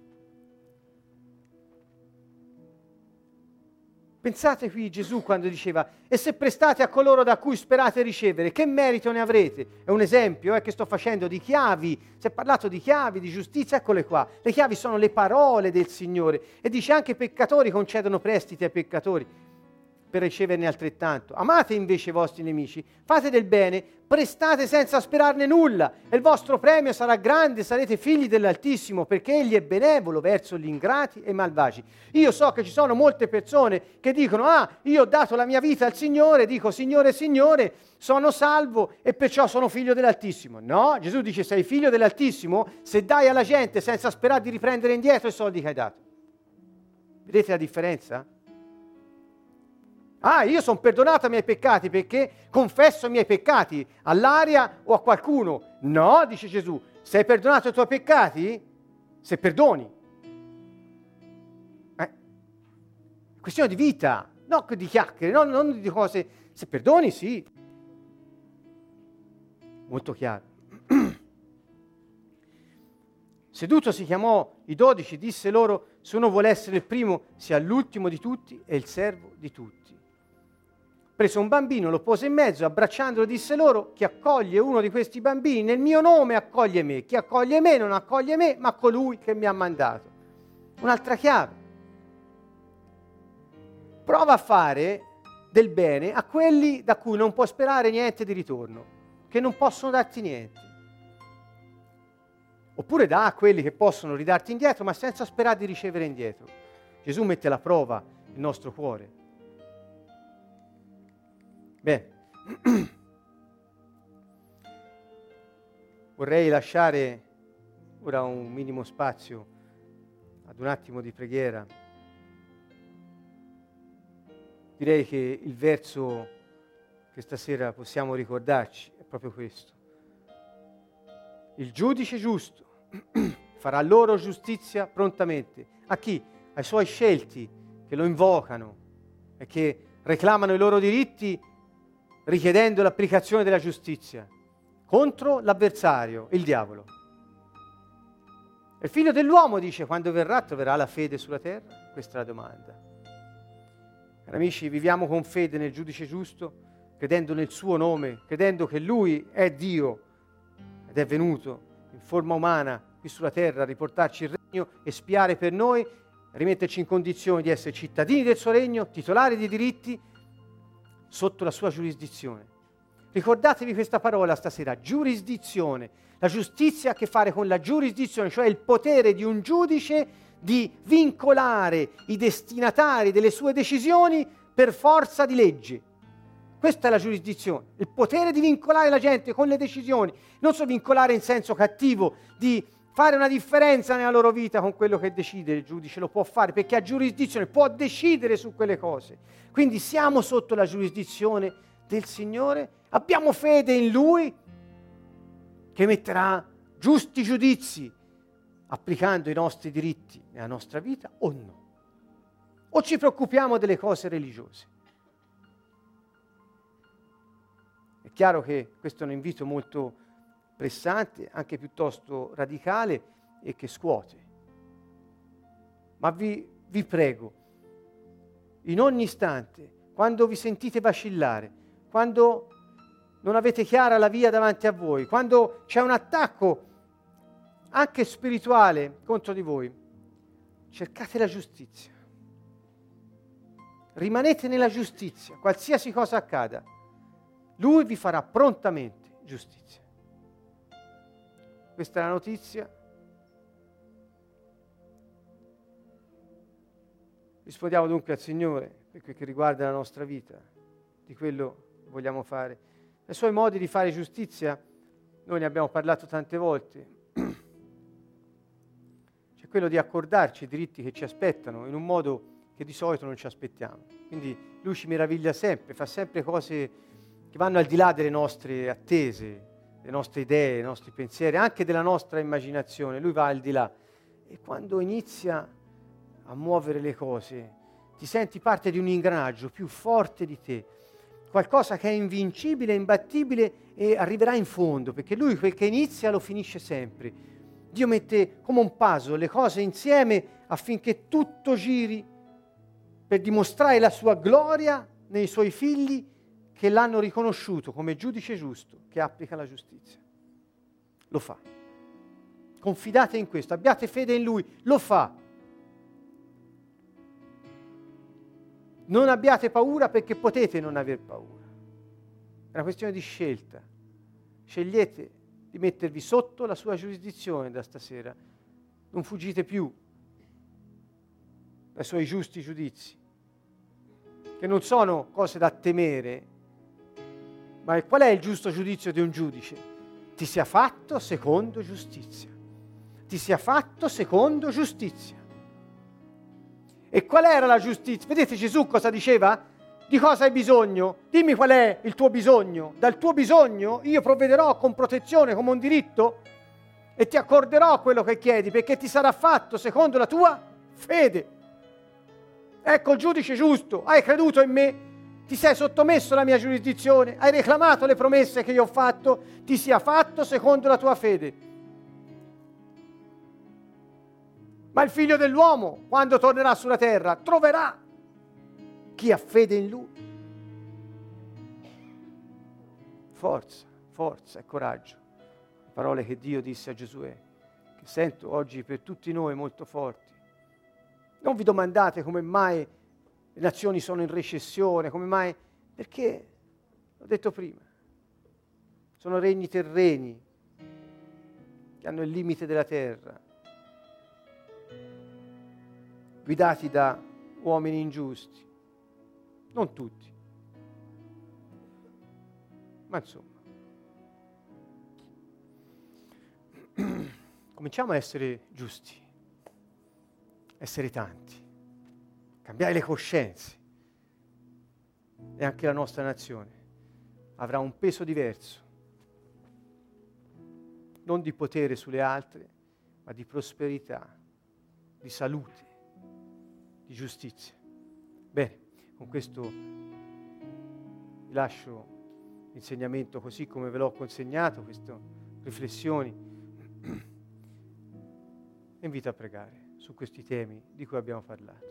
S1: qui Gesù quando diceva: e se prestate a coloro da cui sperate ricevere, che merito ne avrete? È un esempio che sto facendo di chiavi. Si è parlato di chiavi, di giustizia, eccole qua. Le chiavi sono le parole del Signore. E dice: anche i peccatori concedono prestiti ai peccatori per riceverne altrettanto. Amate invece i vostri nemici, fate del bene, prestate senza sperarne nulla, e il vostro premio sarà grande, sarete figli dell'Altissimo, perché Egli è benevolo verso gli ingrati e i malvagi. Io so che ci sono molte persone che dicono: io ho dato la mia vita al Signore, dico Signore, Signore, sono salvo e perciò sono figlio dell'Altissimo. No, Gesù dice: sei figlio dell'Altissimo se dai alla gente senza sperare di riprendere indietro i soldi che hai dato. Vedete la differenza? Io sono perdonato ai miei peccati perché confesso i miei peccati all'aria o a qualcuno. No, dice Gesù, se hai perdonato i tuoi peccati, se perdoni. È questione di vita, non di chiacchiere, non di cose. Se perdoni, sì. Molto chiaro. Sedutosi chiamò i 12, disse loro: se uno vuole essere il primo, sia l'ultimo di tutti e il servo di tutti. Prese un bambino, lo pose in mezzo, abbracciandolo disse loro: chi accoglie uno di questi bambini nel mio nome accoglie me, chi accoglie me non accoglie me, ma colui che mi ha mandato. Un'altra chiave. Prova a fare del bene a quelli da cui non puoi sperare niente di ritorno, che non possono darti niente. Oppure dà a quelli che possono ridarti indietro, ma senza sperare di ricevere indietro. Gesù mette alla prova il nostro cuore. Bene, vorrei lasciare ora un minimo spazio ad un attimo di preghiera. Direi che il verso che stasera possiamo ricordarci è proprio questo. Il giudice giusto farà loro giustizia prontamente. A chi? Ai suoi scelti che lo invocano e che reclamano i loro diritti richiedendo l'applicazione della giustizia contro l'avversario, il diavolo. Il figlio dell'uomo dice: quando verrà, troverà la fede sulla terra? Questa è la domanda. Cari amici, viviamo con fede nel giudice giusto, credendo nel suo nome, credendo che lui è Dio ed è venuto in forma umana qui sulla terra a riportarci il regno, espiare per noi, rimetterci in condizione di essere cittadini del suo regno, titolari di diritti sotto la sua giurisdizione. Ricordatevi questa parola stasera: giurisdizione. La giustizia ha a che fare con la giurisdizione, cioè il potere di un giudice di vincolare i destinatari delle sue decisioni per forza di legge. Questa è la giurisdizione, il potere di vincolare la gente con le decisioni, non solo vincolare in senso cattivo, di fare una differenza nella loro vita con quello che decide. Il giudice lo può fare perché ha giurisdizione, può decidere su quelle cose. Quindi siamo sotto la giurisdizione del Signore, abbiamo fede in Lui che metterà giusti giudizi applicando i nostri diritti nella nostra vita o no. O ci preoccupiamo delle cose religiose. È chiaro che questo è un invito molto pressante, anche piuttosto radicale e che scuote. Ma vi prego, in ogni istante, quando vi sentite vacillare, quando non avete chiara la via davanti a voi, quando c'è un attacco anche spirituale contro di voi, cercate la giustizia. Rimanete nella giustizia, qualsiasi cosa accada. Lui vi farà prontamente giustizia. Questa è la notizia. Rispondiamo dunque al Signore per quel che riguarda la nostra vita, di quello che vogliamo fare I suoi modi di fare giustizia, noi ne abbiamo parlato tante volte, c'è quello di accordarci i diritti che ci aspettano in un modo che di solito non ci aspettiamo. Quindi lui ci meraviglia sempre, fa sempre cose che vanno al di là delle nostre attese, le nostre idee, i nostri pensieri, anche della nostra immaginazione. Lui va al di là. E quando inizia a muovere le cose, ti senti parte di un ingranaggio più forte di te, qualcosa che è invincibile, imbattibile e arriverà in fondo, perché lui quel che inizia lo finisce sempre. Dio mette come un puzzle le cose insieme affinché tutto giri per dimostrare la sua gloria nei suoi figli che l'hanno riconosciuto come giudice giusto, che applica la giustizia. Lo fa. Confidate in questo, abbiate fede in Lui, lo fa. Non abbiate paura perché potete non aver paura. È una questione di scelta. Scegliete di mettervi sotto la sua giurisdizione da stasera. Non fuggite più dai suoi giusti giudizi, che non sono cose da temere, ma qual è il giusto giudizio di un giudice? Ti sia fatto secondo giustizia. Ti sia fatto secondo giustizia. E qual era la giustizia? Vedete Gesù cosa diceva? Di cosa hai bisogno? Dimmi qual è il tuo bisogno. Dal tuo bisogno io provvederò con protezione, come un diritto, e ti accorderò quello che chiedi, perché ti sarà fatto secondo la tua fede. Ecco il giudice giusto, hai creduto in me, ti sei sottomesso alla mia giurisdizione, hai reclamato le promesse che io ho fatto, ti sia fatto secondo la tua fede. Ma il figlio dell'uomo, quando tornerà sulla terra, troverà chi ha fede in lui. Forza, forza e coraggio. Parole che Dio disse a Giosuè, che sento oggi per tutti noi molto forti. Non vi domandate come mai le nazioni sono in recessione, come mai, perché, l'ho detto prima, sono regni terreni che hanno il limite della terra, guidati da uomini ingiusti, non tutti, ma insomma. Cominciamo a essere giusti, essere tanti, cambiare le coscienze e anche la nostra nazione avrà un peso diverso, non di potere sulle altre, ma di prosperità, di salute, di giustizia. Bene, con questo vi lascio l'insegnamento così come ve l'ho consegnato, queste riflessioni. Invito a pregare su questi temi di cui abbiamo parlato.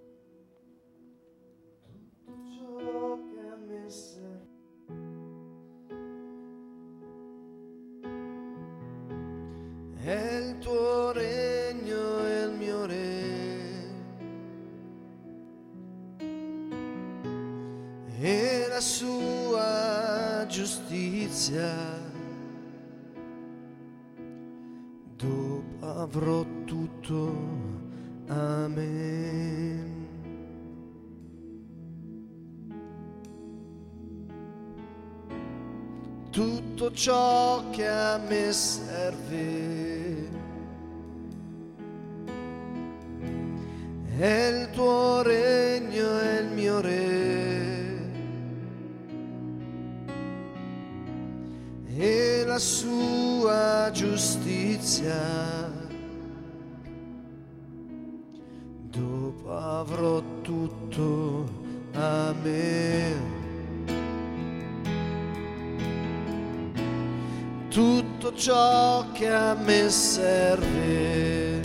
S2: Ciò che a me serve è il tuo regno e il mio re, e la sua giustizia. Dopo avrò tutto, amen. Tutto ciò che a me serve è il tuo regno e il mio re, e la sua giustizia. Dopo avrò tutto, amen. Tutto ciò che a me serve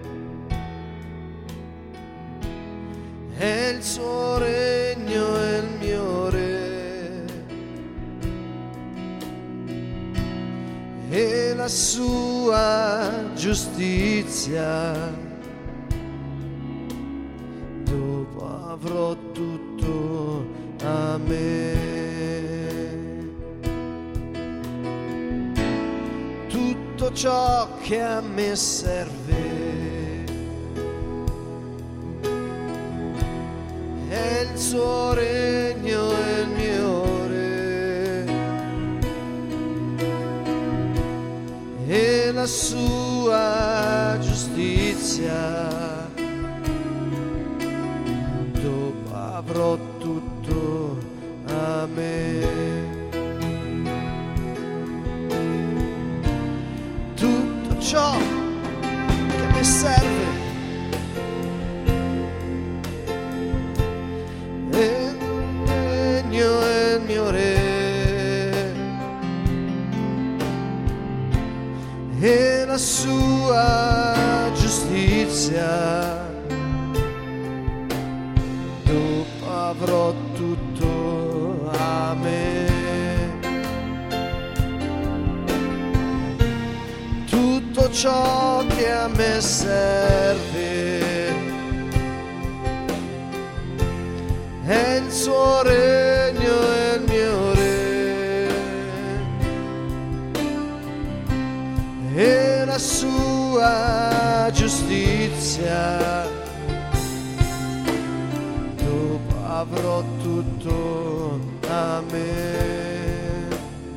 S2: è il suo regno e il mio re, e la sua giustizia. Dopo avrò tutto, amen. Tutto ciò che a me serve è il suo regno e il mio re, sua giustizia, dopo avrò tutto a me. Tutto ciò che mi serve è il mio re, e la sua giustizia, dopo avrò tutto a me. Tutto ciò che a me serve è il suo regno e il mio re, e la sua giustizia, dopo avrò tutto a me,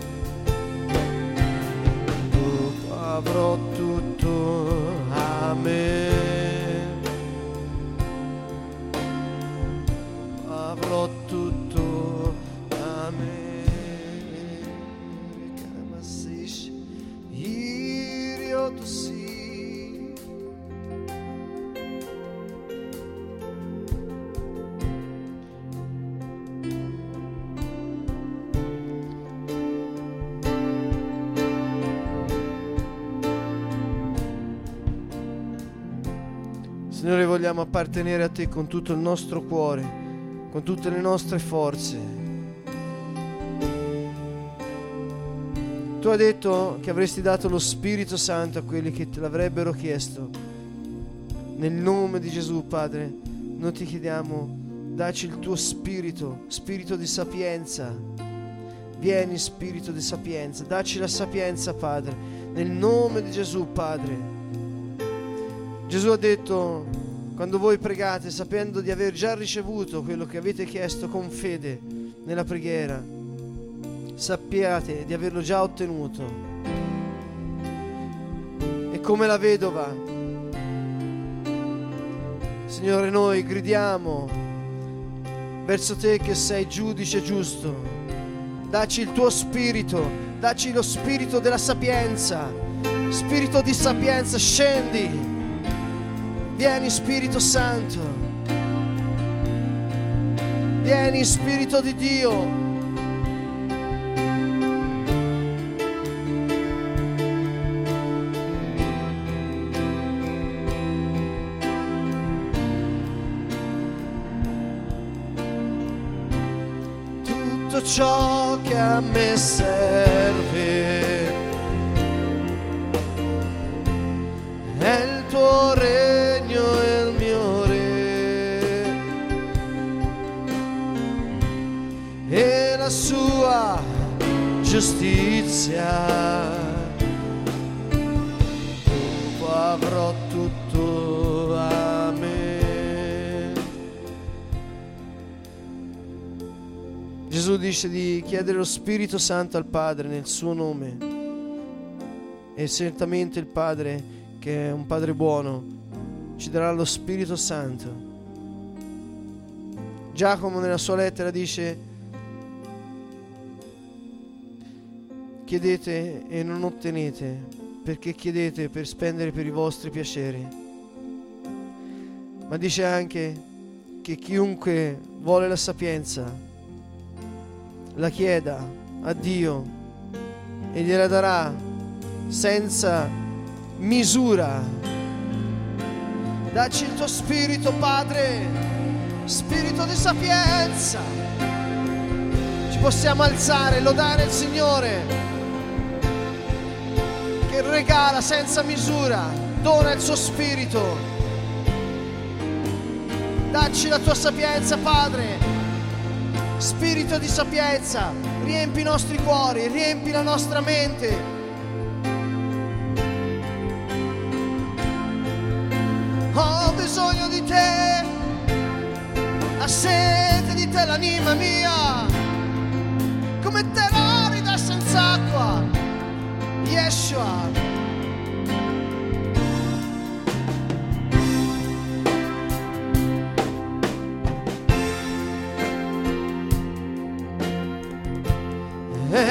S2: dopo avrò tutto a me, avrò tutto a me. Signore, vogliamo appartenere a Te con tutto il nostro cuore, con tutte le nostre forze. Tu hai detto che avresti dato lo Spirito Santo a quelli che te l'avrebbero chiesto. Nel nome di Gesù, Padre, noi ti chiediamo, dacci il tuo spirito, spirito di sapienza. Vieni, spirito di sapienza, dacci la sapienza, Padre, nel nome di Gesù, Padre. Gesù ha detto, quando voi pregate sapendo di aver già ricevuto quello che avete chiesto con fede nella preghiera, sappiate di averlo già ottenuto. E come la vedova, Signore, noi gridiamo verso Te che sei giudice giusto. Dacci il tuo spirito, dacci lo spirito della sapienza, spirito di sapienza, scendi. Vieni, Spirito Santo, vieni, Spirito di Dio. Tutto ciò che a me serve è il tuo regno e il mio re, e la sua giustizia, dopo avrò tutto a me. Gesù dice di chiedere lo Spirito Santo al Padre nel suo nome, e certamente il Padre, che è un Padre buono, ci darà lo Spirito Santo. Giacomo nella sua lettera dice: chiedete e non ottenete, perché chiedete per spendere per i vostri piaceri. Ma dice anche che chiunque vuole la sapienza la chieda a Dio e gliela darà senza misura. Dacci il tuo spirito, Padre, spirito di sapienza. Ci possiamo alzare e lodare il Signore che regala senza misura, dona il suo spirito. Dacci la tua sapienza, Padre, spirito di sapienza. Riempi i nostri cuori, riempi la nostra mente. Ho bisogno di te, ha sete di te l'anima mia, come te l'arida senza acqua. Yeshua,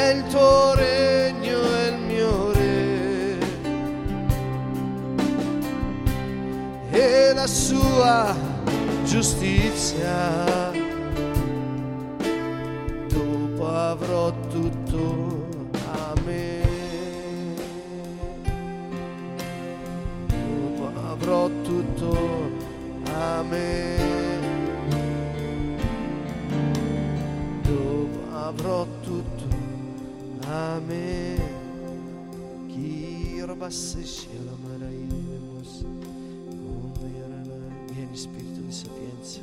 S2: è il tuo regno e il mio re, e la sua giustizia. Dopo avrò tutto, amen. Dopo avrò tutto, amen. Dopo avrò tutto, amen. Chi robasse cielo maravilloso, vieni spirito di sapienza.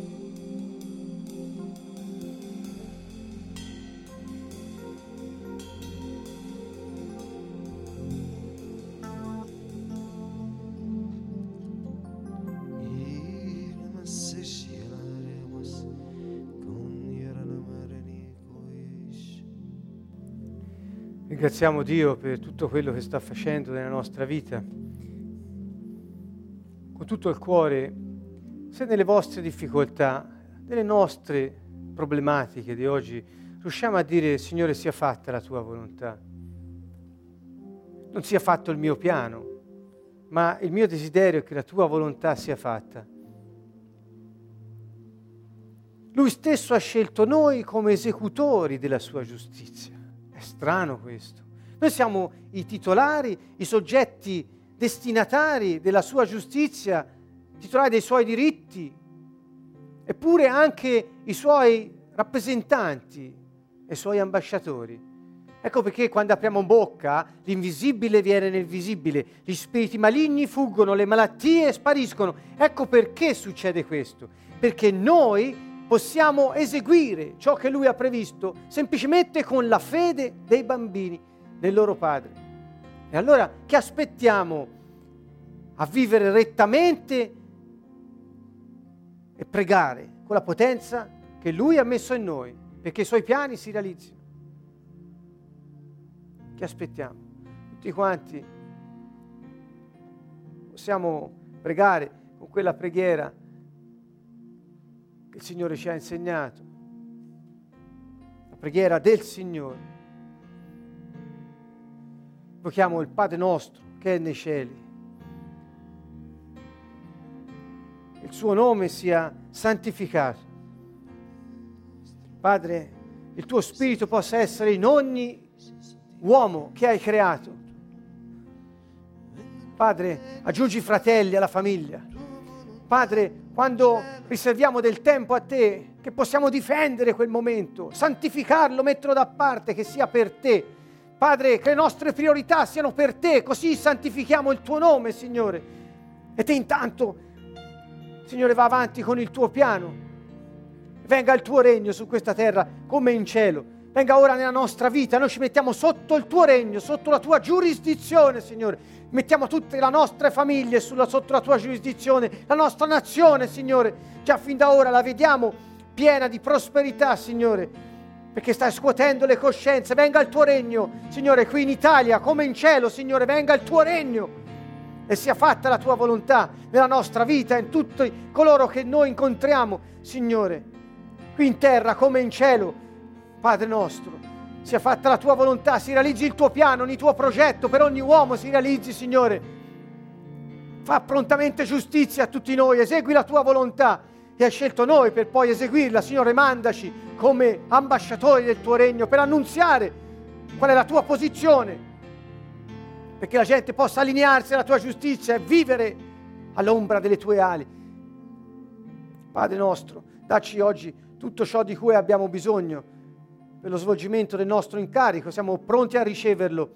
S1: Ringraziamo Dio per tutto quello che sta facendo nella nostra vita. Con tutto il cuore, se nelle vostre difficoltà, nelle nostre problematiche di oggi, riusciamo a dire: Signore, sia fatta la tua volontà. Non sia fatto il mio piano, ma il mio desiderio è che la tua volontà sia fatta. Lui stesso ha scelto noi come esecutori della sua giustizia. È strano questo. Noi siamo i titolari, i soggetti destinatari della sua giustizia, titolari dei suoi diritti, eppure anche i suoi rappresentanti e i suoi ambasciatori. Ecco perché quando apriamo bocca, l'invisibile viene nel visibile, gli spiriti maligni fuggono, le malattie spariscono. Ecco perché succede questo. Perché noi possiamo eseguire ciò che Lui ha previsto semplicemente con la fede dei bambini nel loro Padre. E allora che aspettiamo a vivere rettamente e pregare con la potenza che Lui ha messo in noi, perché i Suoi piani si realizzino? Che aspettiamo? Tutti quanti possiamo pregare con quella preghiera che il Signore ci ha insegnato, la preghiera del Signore. Invochiamo il Padre nostro che è nei cieli. Il suo nome sia santificato. Padre, il tuo spirito possa essere in ogni uomo che hai creato. Padre, aggiungi fratelli alla famiglia. Padre, quando riserviamo del tempo a te, che possiamo difendere quel momento, santificarlo, metterlo da parte, che sia per te. Padre, che le nostre priorità siano per te, così santifichiamo il tuo nome, Signore. E te intanto, Signore, va avanti con il tuo piano. Venga il tuo regno su questa terra come in cielo. Venga ora nella nostra vita, noi ci mettiamo sotto il tuo regno, sotto la tua giurisdizione, Signore. Mettiamo tutte le nostre famiglie sotto la tua giurisdizione, la nostra nazione, Signore. Già fin da ora la vediamo piena di prosperità, Signore, perché stai scuotendo le coscienze. Venga il tuo regno, Signore, qui in Italia come in cielo, Signore. Venga il tuo regno e sia fatta la tua volontà nella nostra vita, in tutti coloro che noi incontriamo, Signore, qui in terra come in cielo. Padre nostro, sia fatta la tua volontà, si realizzi il tuo piano, il tuo progetto per ogni uomo, si realizzi, Signore. Fa prontamente giustizia a tutti noi, esegui la tua volontà, e hai scelto noi per poi eseguirla, Signore. Mandaci come ambasciatori del tuo regno per annunziare qual è la tua posizione, perché la gente possa allinearsi alla tua giustizia e vivere all'ombra delle tue ali. Padre nostro, dacci oggi tutto ciò di cui abbiamo bisogno per lo svolgimento del nostro incarico, siamo pronti a riceverlo.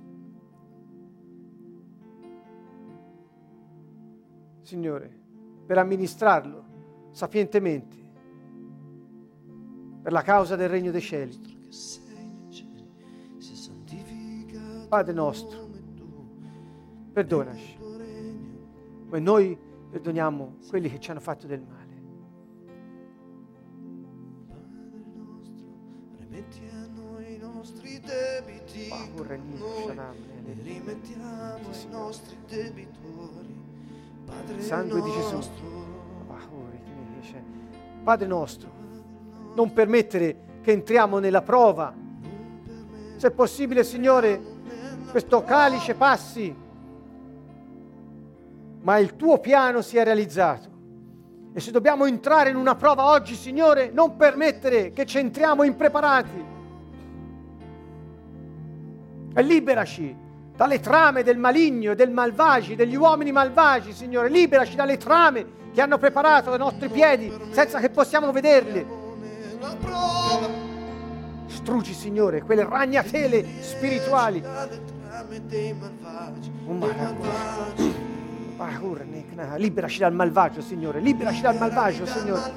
S1: Signore, per amministrarlo sapientemente, per la causa del regno dei cieli. Padre nostro, perdonaci, come noi perdoniamo quelli che ci hanno fatto del male.
S3: Debiti, noi rimettiamo i nostri debitori, Padre
S1: sangue di Gesù.
S3: nostro.
S1: Padre nostro, non permettere che entriamo nella prova Se è possibile, Signore, questo calice passi, ma il tuo piano sia realizzato. E se dobbiamo entrare in una prova oggi, Signore, non permettere che ci entriamo impreparati. E liberaci dalle trame del maligno e del malvagi, degli uomini malvagi, Signore. Liberaci dalle trame che hanno preparato ai nostri piedi senza che possiamo vederle. Distruggi, Signore, quelle ragnatele spirituali. Liberaci dal malvagio, Signore. Liberaci dal malvagio, Signore.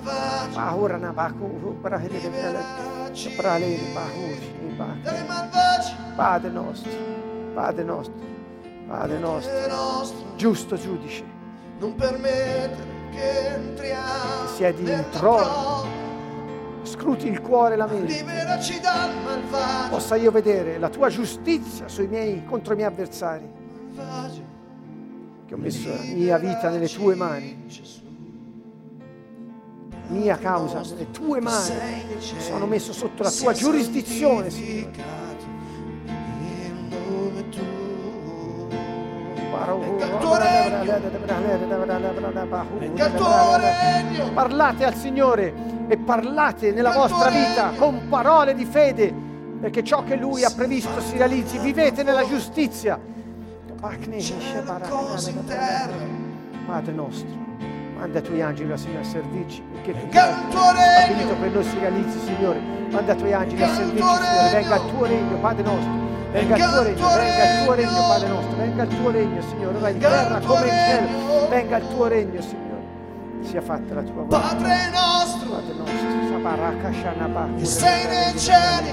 S1: Padre nostro, Padre nostro, Padre nostro, giusto giudice,
S3: non permettere che entriamo,
S1: che siedi in trono, scruti il cuore e la mente,
S3: liberaci dal malvagio,
S1: possa io vedere la tua giustizia contro i miei avversari, che ho messo la mia vita nelle tue mani, mia causa nelle tue mani, sono messo sotto la tua giurisdizione, Signore. Parlate al Signore e parlate nella vostra vita con parole di fede, perché ciò che Lui ha previsto si realizzi. Vivete nella giustizia. Padre nostro, manda i tuoi angeli, Signore, a servirci, perché tu hai stabilito per noi si realizzi, Signore. Manda i tuoi angeli a servirci, Signore. Venga il tuo regno, Padre nostro. Venga il tuo regno, Padre nostro. Venga il tuo regno, Signore. Ora in terra come in cielo. Venga il tuo regno, Signore. Sia fatta la tua volontà.
S3: Padre nostro, che sei nei cieli,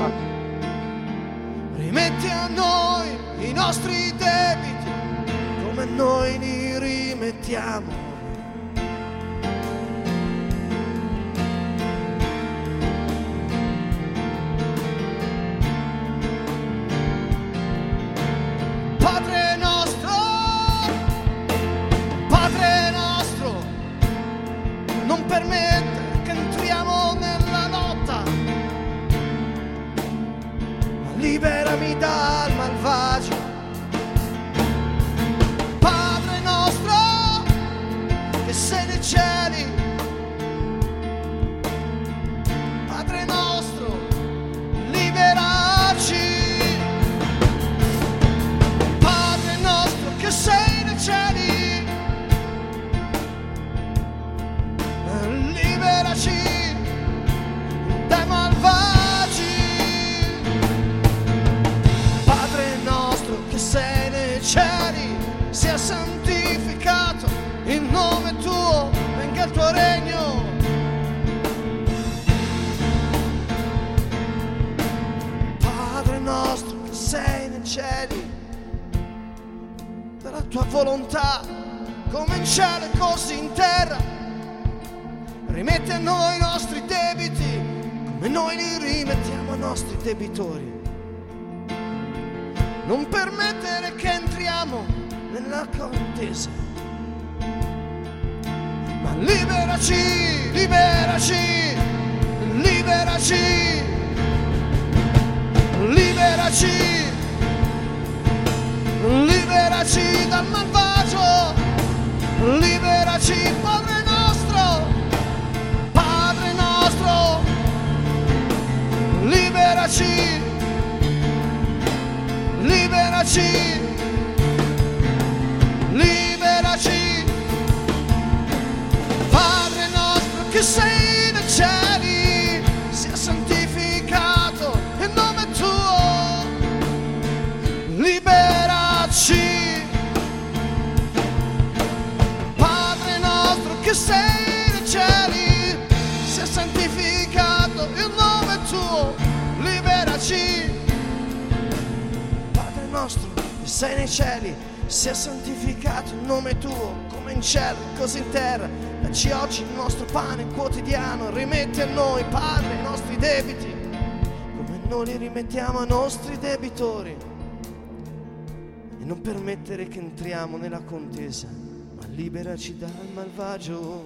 S3: rimetti a noi i nostri debiti come noi li rimettiamo. Padre nostro, non permettere che entriamo nella lotta, ma liberami dal malvagio. Padre nostro, che sei nei cieli, Padre nostro, liberaci. Padre nostro, che sei nei cieli, liberaci dai malvagi. Padre nostro che sei nei cieli, sia santificato il nome tuo, venga il tuo regno. Padre nostro che sei nei cieli, dalla tua volontà, come in cielo e così in terra. Rimetti a noi i nostri debiti come noi li rimettiamo ai nostri debitori. Non permettere che entriamo nella contesa, ma liberaci, liberaci, liberaci, liberaci, liberaci dal malvagio, liberaci, Padre nostro. Liberaci, liberaci, liberaci. Padre nostro che sei nei cieli, sia santificato il nome tuo. Liberaci. Padre nostro che sei nei cieli, sia santificato il nome tuo. Liberaci. Padre nostro che sei nei cieli, sia santificato il nome tuo, come in cielo così in terra. Dacci oggi il nostro pane quotidiano, rimetti a noi, Padre, i nostri debiti come noi li rimettiamo ai nostri debitori, e non permettere che entriamo nella contesa, ma liberaci dal malvagio,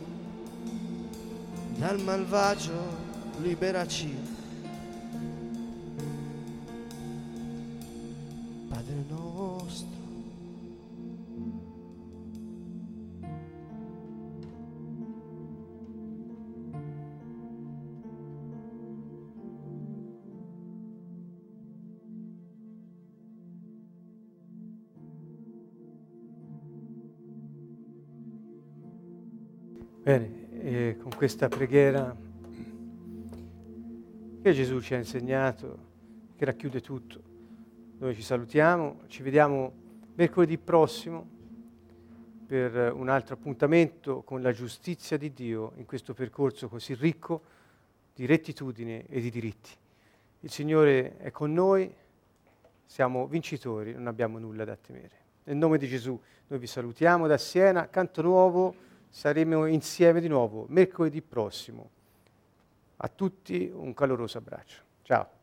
S3: liberaci.
S1: Bene, e con questa preghiera che Gesù ci ha insegnato, che racchiude tutto, noi ci salutiamo, ci vediamo mercoledì prossimo per un altro appuntamento con la giustizia di Dio in questo percorso così ricco di rettitudine e di diritti. Il Signore è con noi, siamo vincitori, non abbiamo nulla da temere. Nel nome di Gesù noi vi salutiamo da Siena, Canto Nuovo, saremo insieme di nuovo mercoledì prossimo. A tutti un caloroso abbraccio. Ciao.